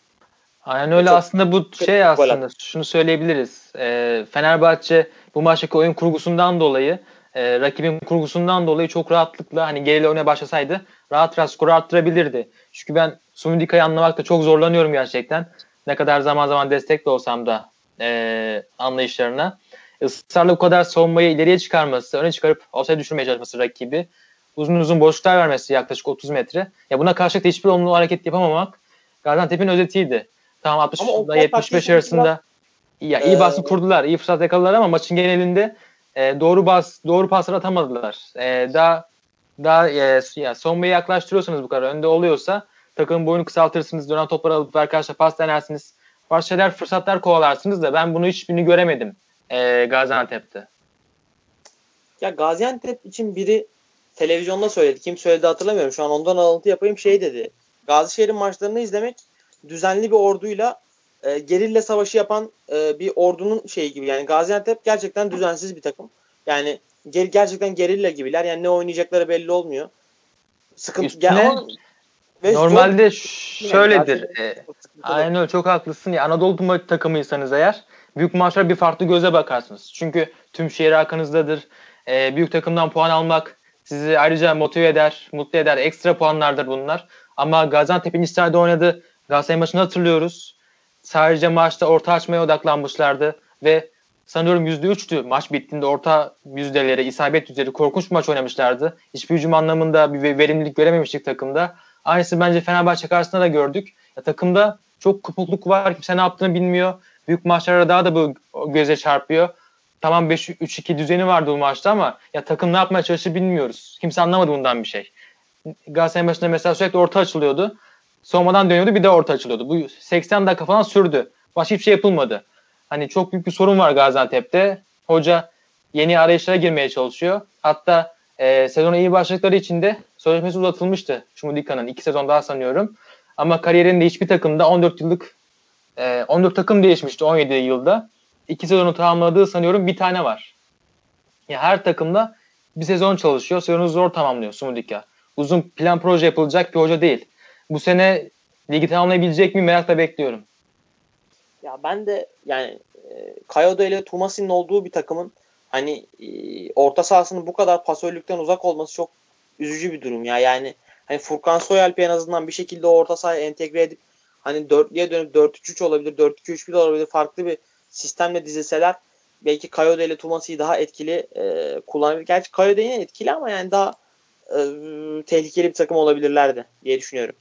Aynen E, öyle, çok aslında bu çok şey gol attı. aslında şunu söyleyebiliriz. Ee, Fenerbahçe bu maçtaki oyun kurgusundan dolayı e, rakibin kurgusundan dolayı çok rahatlıkla hani geriyle öne başlasaydı rahat rahat skoru arttırabilirdi. Çünkü ben Sumudika'yı anlamakta çok zorlanıyorum gerçekten. Ne kadar zaman zaman destek de olsam da e, anlayışlarına. Israrla bu kadar savunmayı ileriye çıkarması, öne çıkarıp offside düşürmeye çalışması rakibi. Uzun uzun boşluklar vermesi yaklaşık otuz metre. Ya buna karşılık da hiçbir olumlu hareket yapamamak Gaziantep'in özetiydi. Tamam Ama altmış ile offside taktiği yetmiş beş sanki biraz arasında ya e, iyi baskı kurdular, iyi fırsat yakaladılar ama maçın genelinde e, doğru bas doğru paslar atamadılar. E, daha daha e, ya savunmayı yaklaştırıyorsanız bu kadar önde oluyorsa takımın boyunu kısaltırsınız, dönen topları alıp arkadaşlar pas denersiniz. Başka şeyler, fırsatlar kovalarsınız da ben bunu hiçbirini göremedim e, Gaziantep'te. ya Gaziantep için biri televizyonda söyledi. Kim söyledi hatırlamıyorum. Şu an ondan alıntı yapayım. Şey dedi. Gazişehir'in maçlarını izlemek düzenli bir orduyla e, gerilla savaşı yapan e, bir ordunun şeyi gibi. Yani Gaziantep gerçekten düzensiz bir takım. Yani ger- gerçekten gerilla gibiler. Yani ne oynayacakları belli olmuyor. Sıkıntı Üstüne yani ama ve zor normalde yani şöyledir. Galatasaray'ın E, sıkıntılı. aynen öyle, çok haklısın. Ya Anadolu takımı- takımıysanız eğer büyük maçlara bir farklı göze bakarsınız. Çünkü tüm şehir arkanızdadır. E, büyük takımdan puan almak sizi ayrıca motive eder, mutlu eder. Ekstra puanlardır bunlar. Ama Gaziantep'in iç sahada oynadığı Galatasaray maçını hatırlıyoruz. Sadece maçta orta açmaya odaklanmışlardı ve sanıyorum yüzde üçtü maç bittiğinde orta yüzdeleri, isabet yüzdeleri korkunç bir maç oynamışlardı. Hiçbir hücum anlamında bir verimlilik görememiştik takımda. Aynısını bence Fenerbahçe karşısında da gördük. Ya, takımda çok kopukluk var. Kimse ne yaptığını bilmiyor. Büyük maçlarda daha da bu göze çarpıyor. Tamam beş üç iki düzeni vardı bu maçta ama ya takım ne yapmaya çalıştı bilmiyoruz. Kimse anlamadı bundan bir şey. Galatasaray maçında mesela sürekli orta açılıyordu. Soğumadan dönüyordu, bir de orta açılıyordu. Bu seksen dakika falan sürdü. Başka hiçbir şey yapılmadı. Hani çok büyük bir sorun var Gaziantep'te. Hoca yeni arayışlara girmeye çalışıyor. Hatta e, sezona iyi başladıkları için de sözleşmesi uzatılmıştı Şumudika'nın. iki sezon daha sanıyorum. Ama kariyerinde hiçbir takımda on dört yıllık e, on dört takım değişmişti on yedi yılda. iki sezonu tamamladığı sanıyorum bir tane var. Ya her takımda bir sezon çalışıyor. Sezonu zor tamamlıyor Şumudika. Uzun plan proje yapılacak bir hoca değil. Bu sene ligi tamamlayabilecek mi merakla bekliyorum. Ya ben de yani e, Kayode ile Tumasi'nin olduğu bir takımın hani e, orta sahasının bu kadar pasörlükten uzak olması çok üzücü bir durum ya. Yani hani Furkan Soyalp'i en azından bir şekilde o orta sahaya entegre edip hani dörtlüye dönüp dört üç üç olabilir, dört iki üç bir de olabilir. Farklı bir sistemle dizilseler belki Kayode ile Tumasi'yi daha etkili e, kullanabilir. Gerçi Kayode yine etkili ama yani daha e, tehlikeli bir takım olabilirlerdi diye düşünüyorum.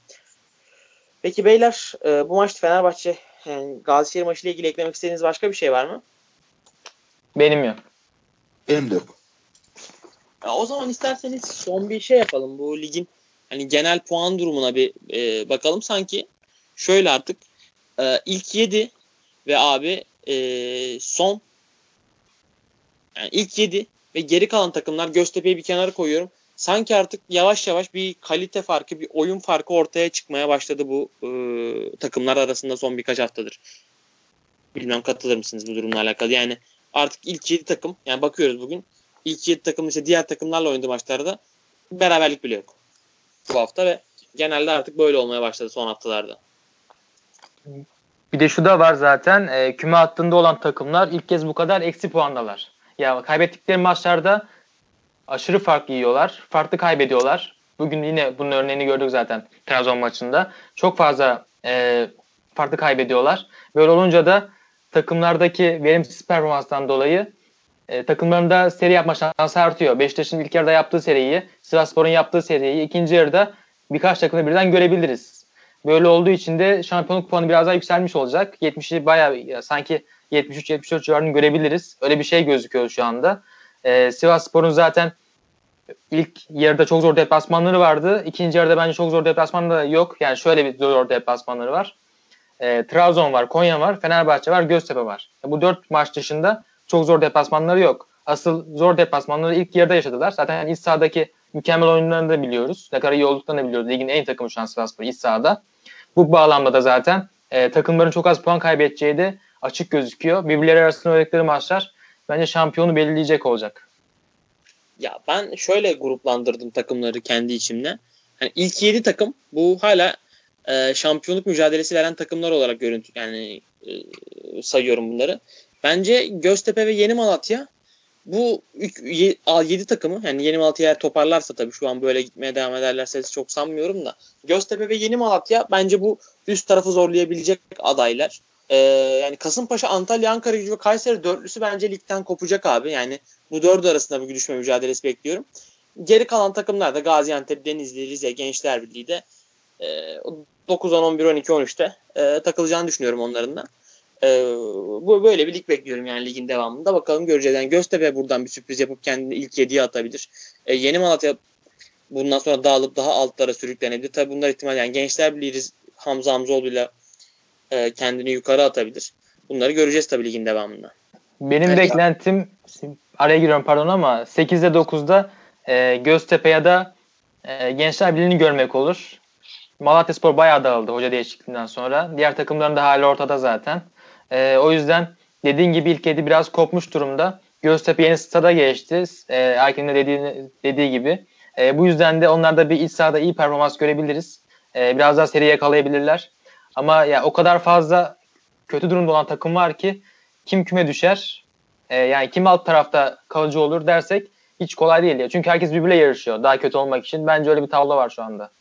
Peki beyler e, bu maçta Fenerbahçe yani Galatasaray maçıyla ilgili eklemek istediğiniz başka bir şey var mı? Benim yok. Benim de yok. Ya o zaman isterseniz son bir şey yapalım. Bu ligin hani genel puan durumuna bir e, bakalım. Sanki şöyle artık e, ilk yedi ve abi e, son yani ilk yedi ve geri kalan takımlar Göztepe'yi bir kenara koyuyorum. Sanki artık yavaş yavaş bir kalite farkı, bir oyun farkı ortaya çıkmaya başladı bu e, takımlar arasında son birkaç haftadır. Bilmem katılır mısınız bu durumla alakalı. Yani artık ilk yedi takım yani bakıyoruz bugün ilk yedi takım ise diğer takımlarla oynadığı maçlarda beraberlik bile yok bu hafta ve genelde artık böyle olmaya başladı son haftalarda. Bir de şu da var zaten. E, küme hattında olan takımlar ilk kez bu kadar eksi puandalar. Ya kaybettikleri maçlarda aşırı fark yiyorlar. Farklı kaybediyorlar. Bugün yine bunun örneğini gördük zaten Trabzon maçında. Çok fazla e, farklı kaybediyorlar. Böyle olunca da takımlardaki verimsiz performanstan dolayı e, takımlarında seri yapma şansı artıyor. Beşiktaş'ın ilk yarıda yaptığı seriyi, Sivasspor'un yaptığı seriyi ikinci yarıda birkaç takımda birden görebiliriz. Böyle olduğu için de şampiyonluk puanı biraz daha yükselmiş olacak. yetmişi bayağı ya, sanki yetmiş üç yetmiş dört civarını görebiliriz. Öyle bir şey gözüküyor şu anda. E, Sivasspor'un zaten ilk yarıda çok zor deplasmanları vardı. İkinci yarıda bence çok zor deplasmanları yok. Yani şöyle bir zor deplasmanları var. E, Trabzon var, Konya var, Fenerbahçe var, Göztepe var. E, bu dört maç dışında çok zor deplasmanları yok. Asıl zor deplasmanları ilk yarıda yaşadılar. Zaten iç sahadaki mükemmel oyunlarını da biliyoruz. Ne kadar iyi olduklarını da biliyoruz. Ligin en iyi takımı şu an Sivasspor iç sahada. Bu bağlamda da zaten e, takımların çok az puan kaybedeceği de açık gözüküyor. Birbirleri arasında oynadıkları maçlar bence şampiyonu belirleyecek olacak. Ya ben şöyle gruplandırdım takımları kendi içimde. Hani ilk yedi takım bu hala e, şampiyonluk mücadelesi veren takımlar olarak görüntü yani e, sayıyorum bunları. Bence Göztepe ve Yeni Malatya bu yedi takımı yani Yeni Malatya eğer toparlarsa tabii şu an böyle gitmeye devam ederlerse çok sanmıyorum da Göztepe ve Yeni Malatya bence bu üst tarafı zorlayabilecek adaylar. Ee, yani Kasımpaşa, Antalya, Ankaragücü ve Kayseri dörtlüsü bence ligden kopacak abi. Yani bu dördü arasında bir düşme mücadelesi bekliyorum. Geri kalan takımlar da Gaziantep, Denizli, Rize, Gençlerbirliği de e, dokuz, on, on bir, on iki, on üçte e, takılacağını düşünüyorum onların da. Ee, bu böyle bir lig bekliyorum yani ligin devamında. Bakalım göreceğiz. Yani Göztepe buradan bir sürpriz yapıp kendini ilk yediye atabilir. Ee, Yeni Malatya bundan sonra dağılıp daha altlara sürüklenebilir. Tabii bunlar ihtimal yani Gençler Birliği Hamza Hamzoğlu'yla e, kendini yukarı atabilir. Bunları göreceğiz tabii ligin devamında. Benim Yani beklentim araya giriyorum pardon ama sekizde dokuzda e, Göztepe ya da e, Gençler Birliği'ni görmek olur. Malatyaspor bayağı dağıldı hoca değişikliğinden sonra. Diğer takımların da hali ortada zaten. E, o yüzden dediğin gibi ilk yedi biraz kopmuş durumda. Göztepe yeni stada geçti. E, Erkin'in de dediği, dediği gibi. E, bu yüzden de onlarda bir iç sahada iyi performans görebiliriz. E, biraz daha seri yakalayabilirler. Ama ya o kadar fazla kötü durumda olan takım var ki kim küme düşer? E, yani kim alt tarafta kalıcı olur dersek hiç kolay değil ya. Çünkü herkes birbiriyle yarışıyor daha kötü olmak için. Bence öyle bir tablo var şu anda.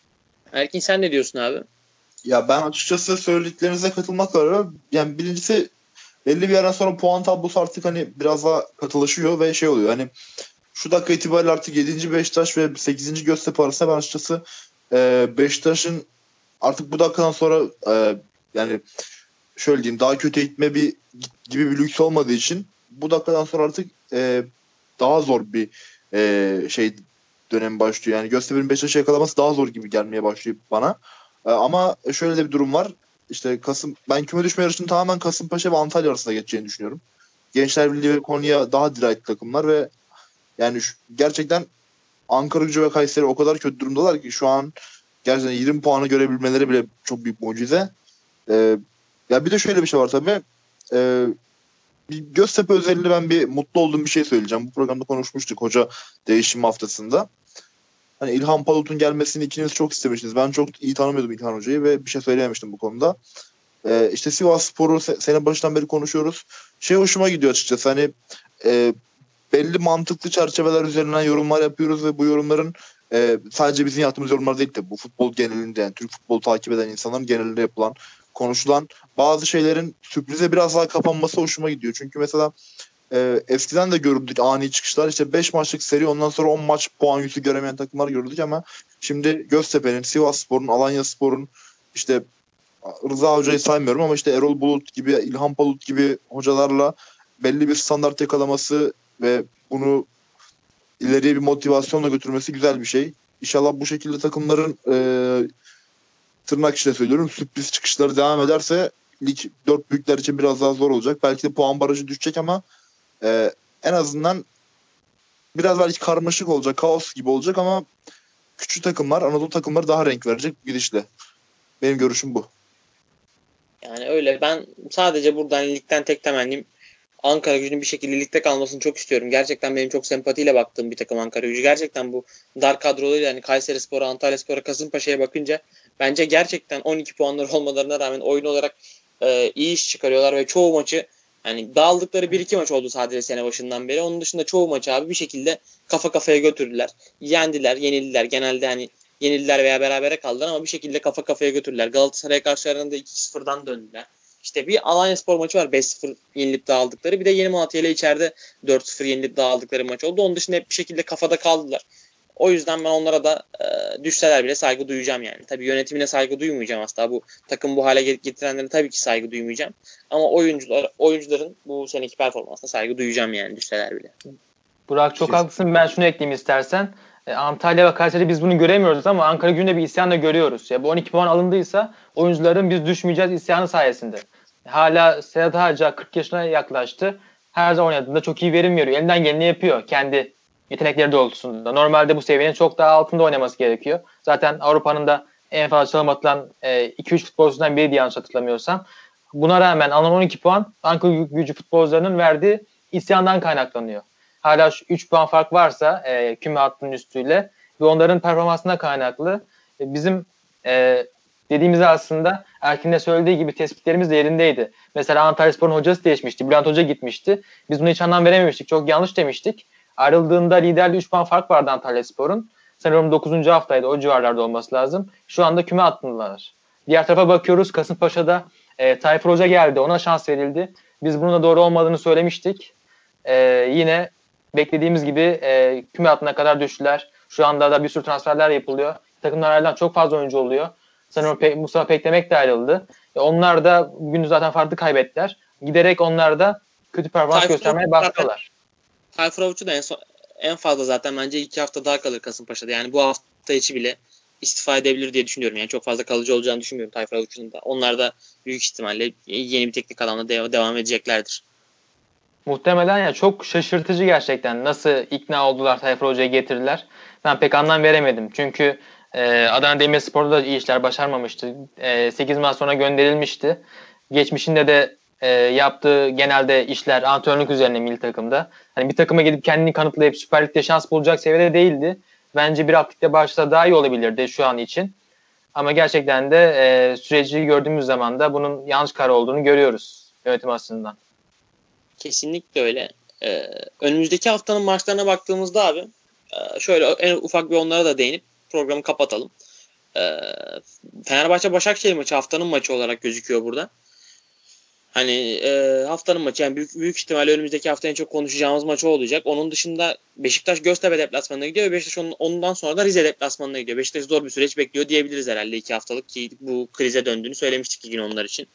Erkin sen ne diyorsun abi? Ya ben açıkçası söylediklerinize katılmakla beraber yani birincisi belli bir yerden sonra puan tablosu artık hani biraz daha katılaşıyor ve şey oluyor. Hani şu dakika itibariyle artık yedinci Beşiktaş ve sekizinci Göztepe arasında ben açıkçası e, Beşiktaş'ın artık bu dakikadan sonra e, yani şöyle diyeyim daha kötü gitme bir gibi bir lüks olmadığı için bu dakikadan sonra artık e, daha zor bir e, şey dönemi başlıyor. Yani Göztepe'nin Beşiktaş'ı yakalaması daha zor gibi gelmeye başlıyor bana. E, ama şöyle de bir durum var. İşte Kasım ben küme düşme yarışının tamamen Kasımpaşa ve Antalya arasında geçeceğini düşünüyorum. Gençler Birliği ve Konya daha dirayetli takımlar ve yani şu, gerçekten Ankaragücü ve Kayseri o kadar kötü durumdalar ki şu an gerçekten yirmi puanı görebilmeleri bile çok büyük mucize. Ee, ya bir de şöyle bir şey var tabii. Ee, bir Göztepe özelinde ben bir mutlu olduğum bir şey söyleyeceğim. Bu programda konuşmuştuk hoca değişim haftasında. Hani İlhan Palut'un gelmesini ikiniz çok istemiştiniz. Ben çok iyi tanımıyordum İlhan Hoca'yı ve bir şey söyleyememiştim bu konuda. Ee, işte Sivasspor'u se- sene başından beri konuşuyoruz. Şey hoşuma gidiyor açıkçası. Hani e, belli mantıklı çerçeveler üzerinden yorumlar yapıyoruz ve bu yorumların e, sadece bizim yaptığımız yorumlar değil de bu futbol genelinde yani Türk futbolu takip eden insanların genelinde yapılan, konuşulan bazı şeylerin sürprize biraz daha kapanması hoşuma gidiyor. Çünkü mesela e, eskiden de görürdük ani çıkışlar. İşte beş maçlık seri ondan sonra on maç puan yüzü göremeyen takımlar gördük ama şimdi Göztepe'nin, Sivasspor'un, Alanyaspor'un işte Rıza Hoca'yı saymıyorum ama işte Erol Bulut gibi, İlhan Palut gibi hocalarla belli bir standart yakalaması ve bunu ileriye bir motivasyonla götürmesi güzel bir şey. İnşallah bu şekilde takımların e, tırnak içinde söylüyorum sürpriz çıkışları devam ederse lig dört büyükler için biraz daha zor olacak. Belki de puan barajı düşecek ama e, en azından biraz belki karmaşık olacak, kaos gibi olacak ama küçük takımlar, Anadolu takımları daha renk verecek bu gidişle. Benim görüşüm bu. Yani öyle. Ben sadece buradan ligden tek temennim Ankaragücü'nün bir şekilde ligde kalmasını çok istiyorum. Gerçekten benim çok sempatiyle baktığım bir takım Ankaragücü. Gerçekten bu dar kadroları yani Kayserispor'a, Antalyaspor'a, Kasımpaşa'ya bakınca bence gerçekten on iki puanları olmalarına rağmen oyun olarak e, iyi iş çıkarıyorlar ve çoğu maçı yani dağıldıkları bir iki maç oldu sadece sene başından beri. Onun dışında çoğu maçı abi bir şekilde kafa kafaya götürdüler. Yendiler, yenildiler. Genelde hani yenildiler veya berabere kaldılar ama bir şekilde kafa kafaya götürdüler. Galatasaray'a karşı aralarında iki sıfırdan döndüler. İşte bir Alanyaspor maçı var beş sıfır yenilip dağıldıkları. Bir de Yeni Malatya ile içeride dört sıfır yenilip dağıldıkları maç oldu. Onun dışında hep bir şekilde kafada kaldılar. O yüzden ben onlara da e, düşseler bile saygı duyacağım yani. Tabii yönetimine saygı duymayacağım asla. Bu takım bu hale getirenlere tabii ki saygı duymayacağım. Ama oyuncular oyuncuların bu seneki performansına saygı duyacağım yani düşseler bile. Burak çok haklısın. Ben şunu ekleyeyim istersen. E, Antalya ve Kayseri biz bunu göremiyoruz ama Ankara Gücü'nde bir isyan da görüyoruz. Ya bu on iki puan alındıysa oyuncuların biz düşmeyeceğiz isyanı sayesinde. Hala Sedat Ağaca kırk yaşına yaklaştı. Her zaman oynadığında çok iyi verim veriyor. Elinden geleni yapıyor kendi yetenekleri doğrultusunda. Normalde bu seviyenin çok daha altında oynaması gerekiyor. Zaten Avrupa'nın da en fazla çalım atılan iki üç futbolcusundan biriydi yanlış hatırlamıyorsam. Buna rağmen alınan on iki puan Ankara Gücü futbolcularının verdiği isyandan kaynaklanıyor. Hala üç puan fark varsa e, küme hattının üstüyle ve onların performansına kaynaklı. E, bizim e, dediğimiz aslında Erkin'de söylediği gibi tespitlerimiz de yerindeydi. Mesela Antalyaspor'un hocası değişmişti. Bülent Hoca gitmişti. Biz buna hiç anlam verememiştik. Çok yanlış demiştik. Ayrıldığında liderli üç puan fark vardı Antalyaspor'un. Sanırım dokuzuncu haftaydı. O civarlarda olması lazım. Şu anda küme hattındalar. Diğer tarafa bakıyoruz. Kasımpaşa'da e, Tayfur Hoca geldi. Ona şans verildi. Biz bunun da doğru olmadığını söylemiştik. E, yine beklediğimiz gibi e, küme hattına kadar düştüler. Şu anda da bir sürü transferler yapılıyor. Takımlar ayrılan çok fazla oyuncu oluyor. Sanırım Pe- Mustafa Peklemek de ayrıldı. E, onlar da bugün zaten farklı kaybettiler. Giderek onlar da kötü performans Tayfur göstermeye zaten başlıyorlar. Tayfur Avuç'u da en, son, en fazla zaten bence iki hafta daha kalır Kasımpaşa'da. Yani bu hafta içi bile istifa edebilir diye düşünüyorum. Yani çok fazla kalıcı olacağını düşünmüyorum Tayfur Avuç'un da. Onlar da büyük ihtimalle yeni bir teknik adamla devam edeceklerdir. Muhtemelen ya çok şaşırtıcı gerçekten. Nasıl ikna oldular Tayfur Hoca'yı getirdiler. Ben pek anlam veremedim. Çünkü e, Adana Demirspor'da da iyi işler başarmamıştı. E, sekiz maç sonra gönderilmişti. Geçmişinde de e, yaptığı genelde işler antrenörlük üzerine milli takımda. Hani bir takıma gidip kendini kanıtlayıp Süper Lig'de şans bulacak seviyede değildi. Bence bir haftalıkta başlasa daha iyi olabilirdi şu an için. Ama gerçekten de e, süreci gördüğümüz zaman da bunun yanlış karar olduğunu görüyoruz yönetim açısından. Kesinlikle öyle. Ee, önümüzdeki haftanın maçlarına baktığımızda abi e, şöyle en ufak bir onlara da değinip programı kapatalım. Ee, Fenerbahçe-Başakşehir maçı haftanın maçı olarak gözüküyor burada. Hani e, haftanın maçı yani büyük, büyük ihtimalle önümüzdeki hafta en çok konuşacağımız maçı olacak. Onun dışında Beşiktaş Göztepe deplasmanına gidiyor ve Beşiktaş onun, ondan sonra da Rize deplasmanına gidiyor. Beşiktaş zor bir süreç bekliyor diyebiliriz herhalde iki haftalık ki bu krize döndüğünü söylemiştik yine onlar için.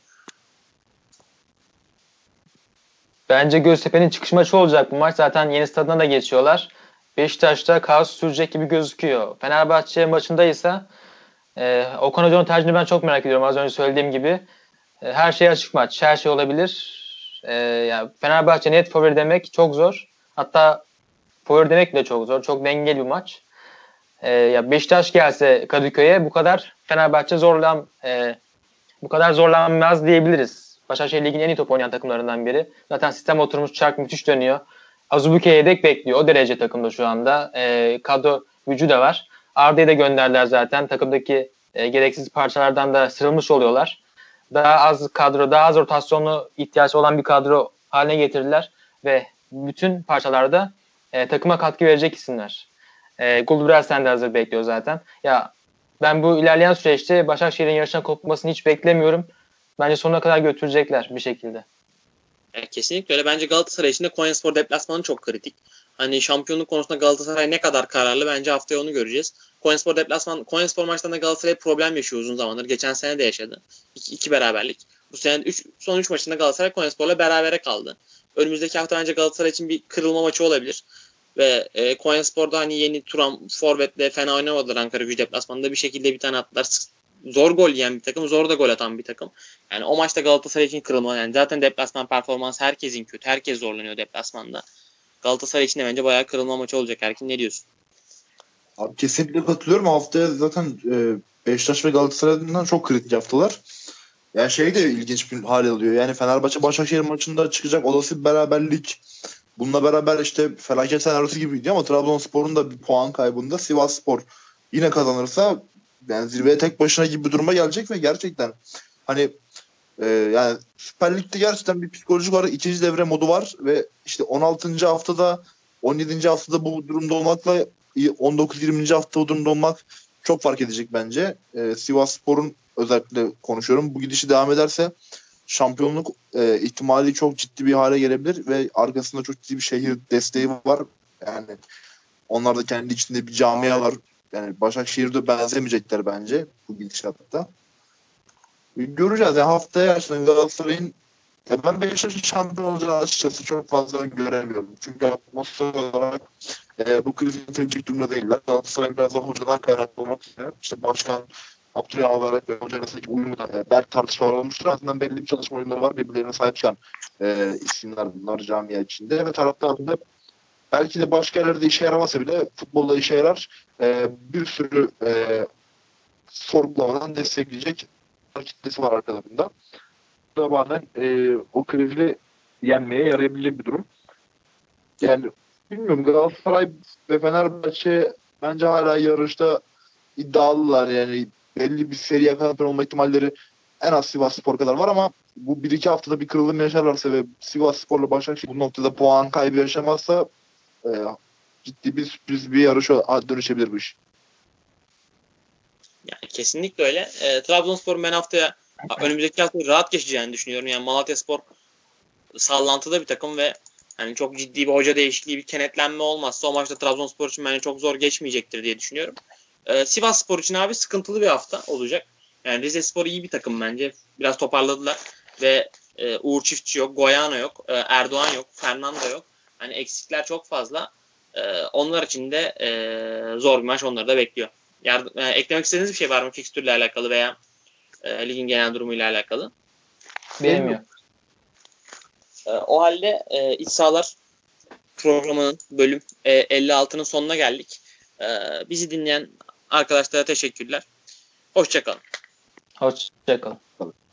Bence Göztepe'nin çıkış maçı olacak bu maç. Zaten yeni stadına da geçiyorlar. Beşiktaş'ta kaos sürecek gibi gözüküyor. Fenerbahçe maçında ise e, Okan Hoca'nın tercihini ben çok merak ediyorum. Az önce söylediğim gibi. E, her şey açık maç. Her şey olabilir. E, yani Fenerbahçe net favori demek çok zor. Hatta favori demek bile çok zor. Çok dengeli bir maç. E, ya Beşiktaş gelse Kadıköy'e bu kadar Fenerbahçe zorlan e, bu kadar zorlanmaz diyebiliriz. Başakşehir Ligi'nin en iyi top oynayan takımlarından biri. Zaten sistem oturmuş, çark müthiş dönüyor. Azubuike yedek bekliyor. O derece takımda şu anda. E, kadro gücü de var. Arda'yı da gönderdiler zaten. Takımdaki e, gereksiz parçalardan da sıyrılmış oluyorlar. Daha az kadro, daha az rotasyonlu ihtiyaç olan bir kadro haline getirdiler. Ve bütün parçalarda e, takıma katkı verecek isimler. E, Gulbrandsen de hazır bekliyor zaten. Ya ben bu ilerleyen süreçte Başakşehir'in yarışına kopmasını hiç beklemiyorum. Bence sonuna kadar götürecekler bir şekilde. Yani kesinlikle öyle. Bence Galatasaray için de Konyaspor deplasmanı çok kritik. Hani şampiyonluk konusunda Galatasaray ne kadar kararlı bence haftaya onu göreceğiz. Konyaspor deplasman Konyaspor maçlarında Galatasaray problem yaşıyor uzun zamandır. Geçen sene de yaşadı. İki, iki beraberlik. Bu sene üç, son üç maçında Galatasaray Konyaspor'la berabere kaldı. Önümüzdeki hafta bence Galatasaray için bir kırılma maçı olabilir. Ve e, Konyaspor'da hani yeni Turan forvetle fena oynamadılar Ankaragücü deplasmanında. Bir şekilde bir tane attılar. Zor gol yiyen bir takım, zor da gol atan bir takım. Yani o maçta Galatasaray için kırılma. Yani zaten deplasman performansı herkesin kötü. Herkes zorlanıyor deplasmanda. Galatasaray için de bence bayağı kırılma maçı olacak. Erkin ne diyorsun? Abi kesinlikle katılıyorum. Haftaya zaten e, Beşiktaş ve Galatasaray'dan çok kritik haftalar. Yani şey de ilginç bir hale alıyor. Yani Fenerbahçe Başakşehir maçında çıkacak olası bir beraberlik. Bununla beraber işte felaket senaryosu gibiydi ama Trabzonspor'un da bir puan kaybında Sivasspor yine kazanırsa yani zirveye tek başına gibi bir duruma gelecek ve gerçekten hani e, yani Süper Lig'de gerçekten bir psikolojik olarak ikinci devre modu var ve işte on altıncı haftada on yedinci haftada bu durumda olmakla on dokuz yirminci hafta bu durumda olmak çok fark edecek bence. E, Sivasspor'un özellikle konuşuyorum. Bu gidişi devam ederse şampiyonluk e, ihtimali çok ciddi bir hale gelebilir ve arkasında çok ciddi bir şehir desteği var. Yani onlar da kendi içinde bir camia var. Yani Başakşehir'de benzemeyecekler bence bu gidişatta. Göreceğiz. Yani haftaya gerçekten Galatasaray'ın ya ben Beşiktaş'ın şampiyon olacağını açıkçası çok fazla göremiyorum. Çünkü atmosfer olarak e, bu krizin yetecek durumda değiller. Galatasaray biraz da hocadan kaynaklı olmak üzere. İşte başkan Abdülhamid olarak ve hoca arasındaki uyumu da e, belki tartışmalar olmuştur. Aslında belli bir çalışma uyumları var. Birbirlerine sahip çıkan e, isimler bunlar camia içinde ve taraftarın da belki de başka yerlerde işe yaramasa bile futbolda işe yarar. E, bir sürü e, sorgulamadan destekleyecek kitlesi var arkalarında. Tamamen e, o krizi yenmeye yarayabilecek bir durum. Yani bilmiyorum Galatasaray ve Fenerbahçe bence hala yarışta iddialılar yani belli bir seri yakalatma olma ihtimalleri en az Sivasspor kadar var ama bu bir iki haftada bir kırılım yaşarlarsa ve Sivasspor'la Başakşehir bu noktada puan kaybı yaşamazsa e, ciddi bir sürpriz bir yarışa dönüşebilir bu iş. Yani kesinlikle öyle. E, Trabzonspor'un ben haftaya önümüzdeki hafta rahat geçeceğini düşünüyorum. Yani Malatyaspor sallantıda bir takım ve hani çok ciddi bir hoca değişikliği, bir kenetlenme olmazsa o maçta Trabzonspor için bence çok zor geçmeyecektir diye düşünüyorum. Ee, Sivasspor için abi sıkıntılı bir hafta olacak. Yani Rizespor iyi bir takım bence. Biraz toparladılar ve e, Uğur Çiftçi yok, Goyano yok, e, Erdoğan yok, Fernando yok. Hani eksikler çok fazla. E, onlar için de e, zor bir maç onları da bekliyor. Yardım, e, eklemek istediğiniz bir şey var mı fikstürle alakalı veya e, ligin genel durumuyla alakalı? Benim yok. E, o halde e, iç sahalar programının bölüm e, elli altının sonuna geldik. E, bizi dinleyen arkadaşlara teşekkürler. Hoşçakalın. Hoşçakalın.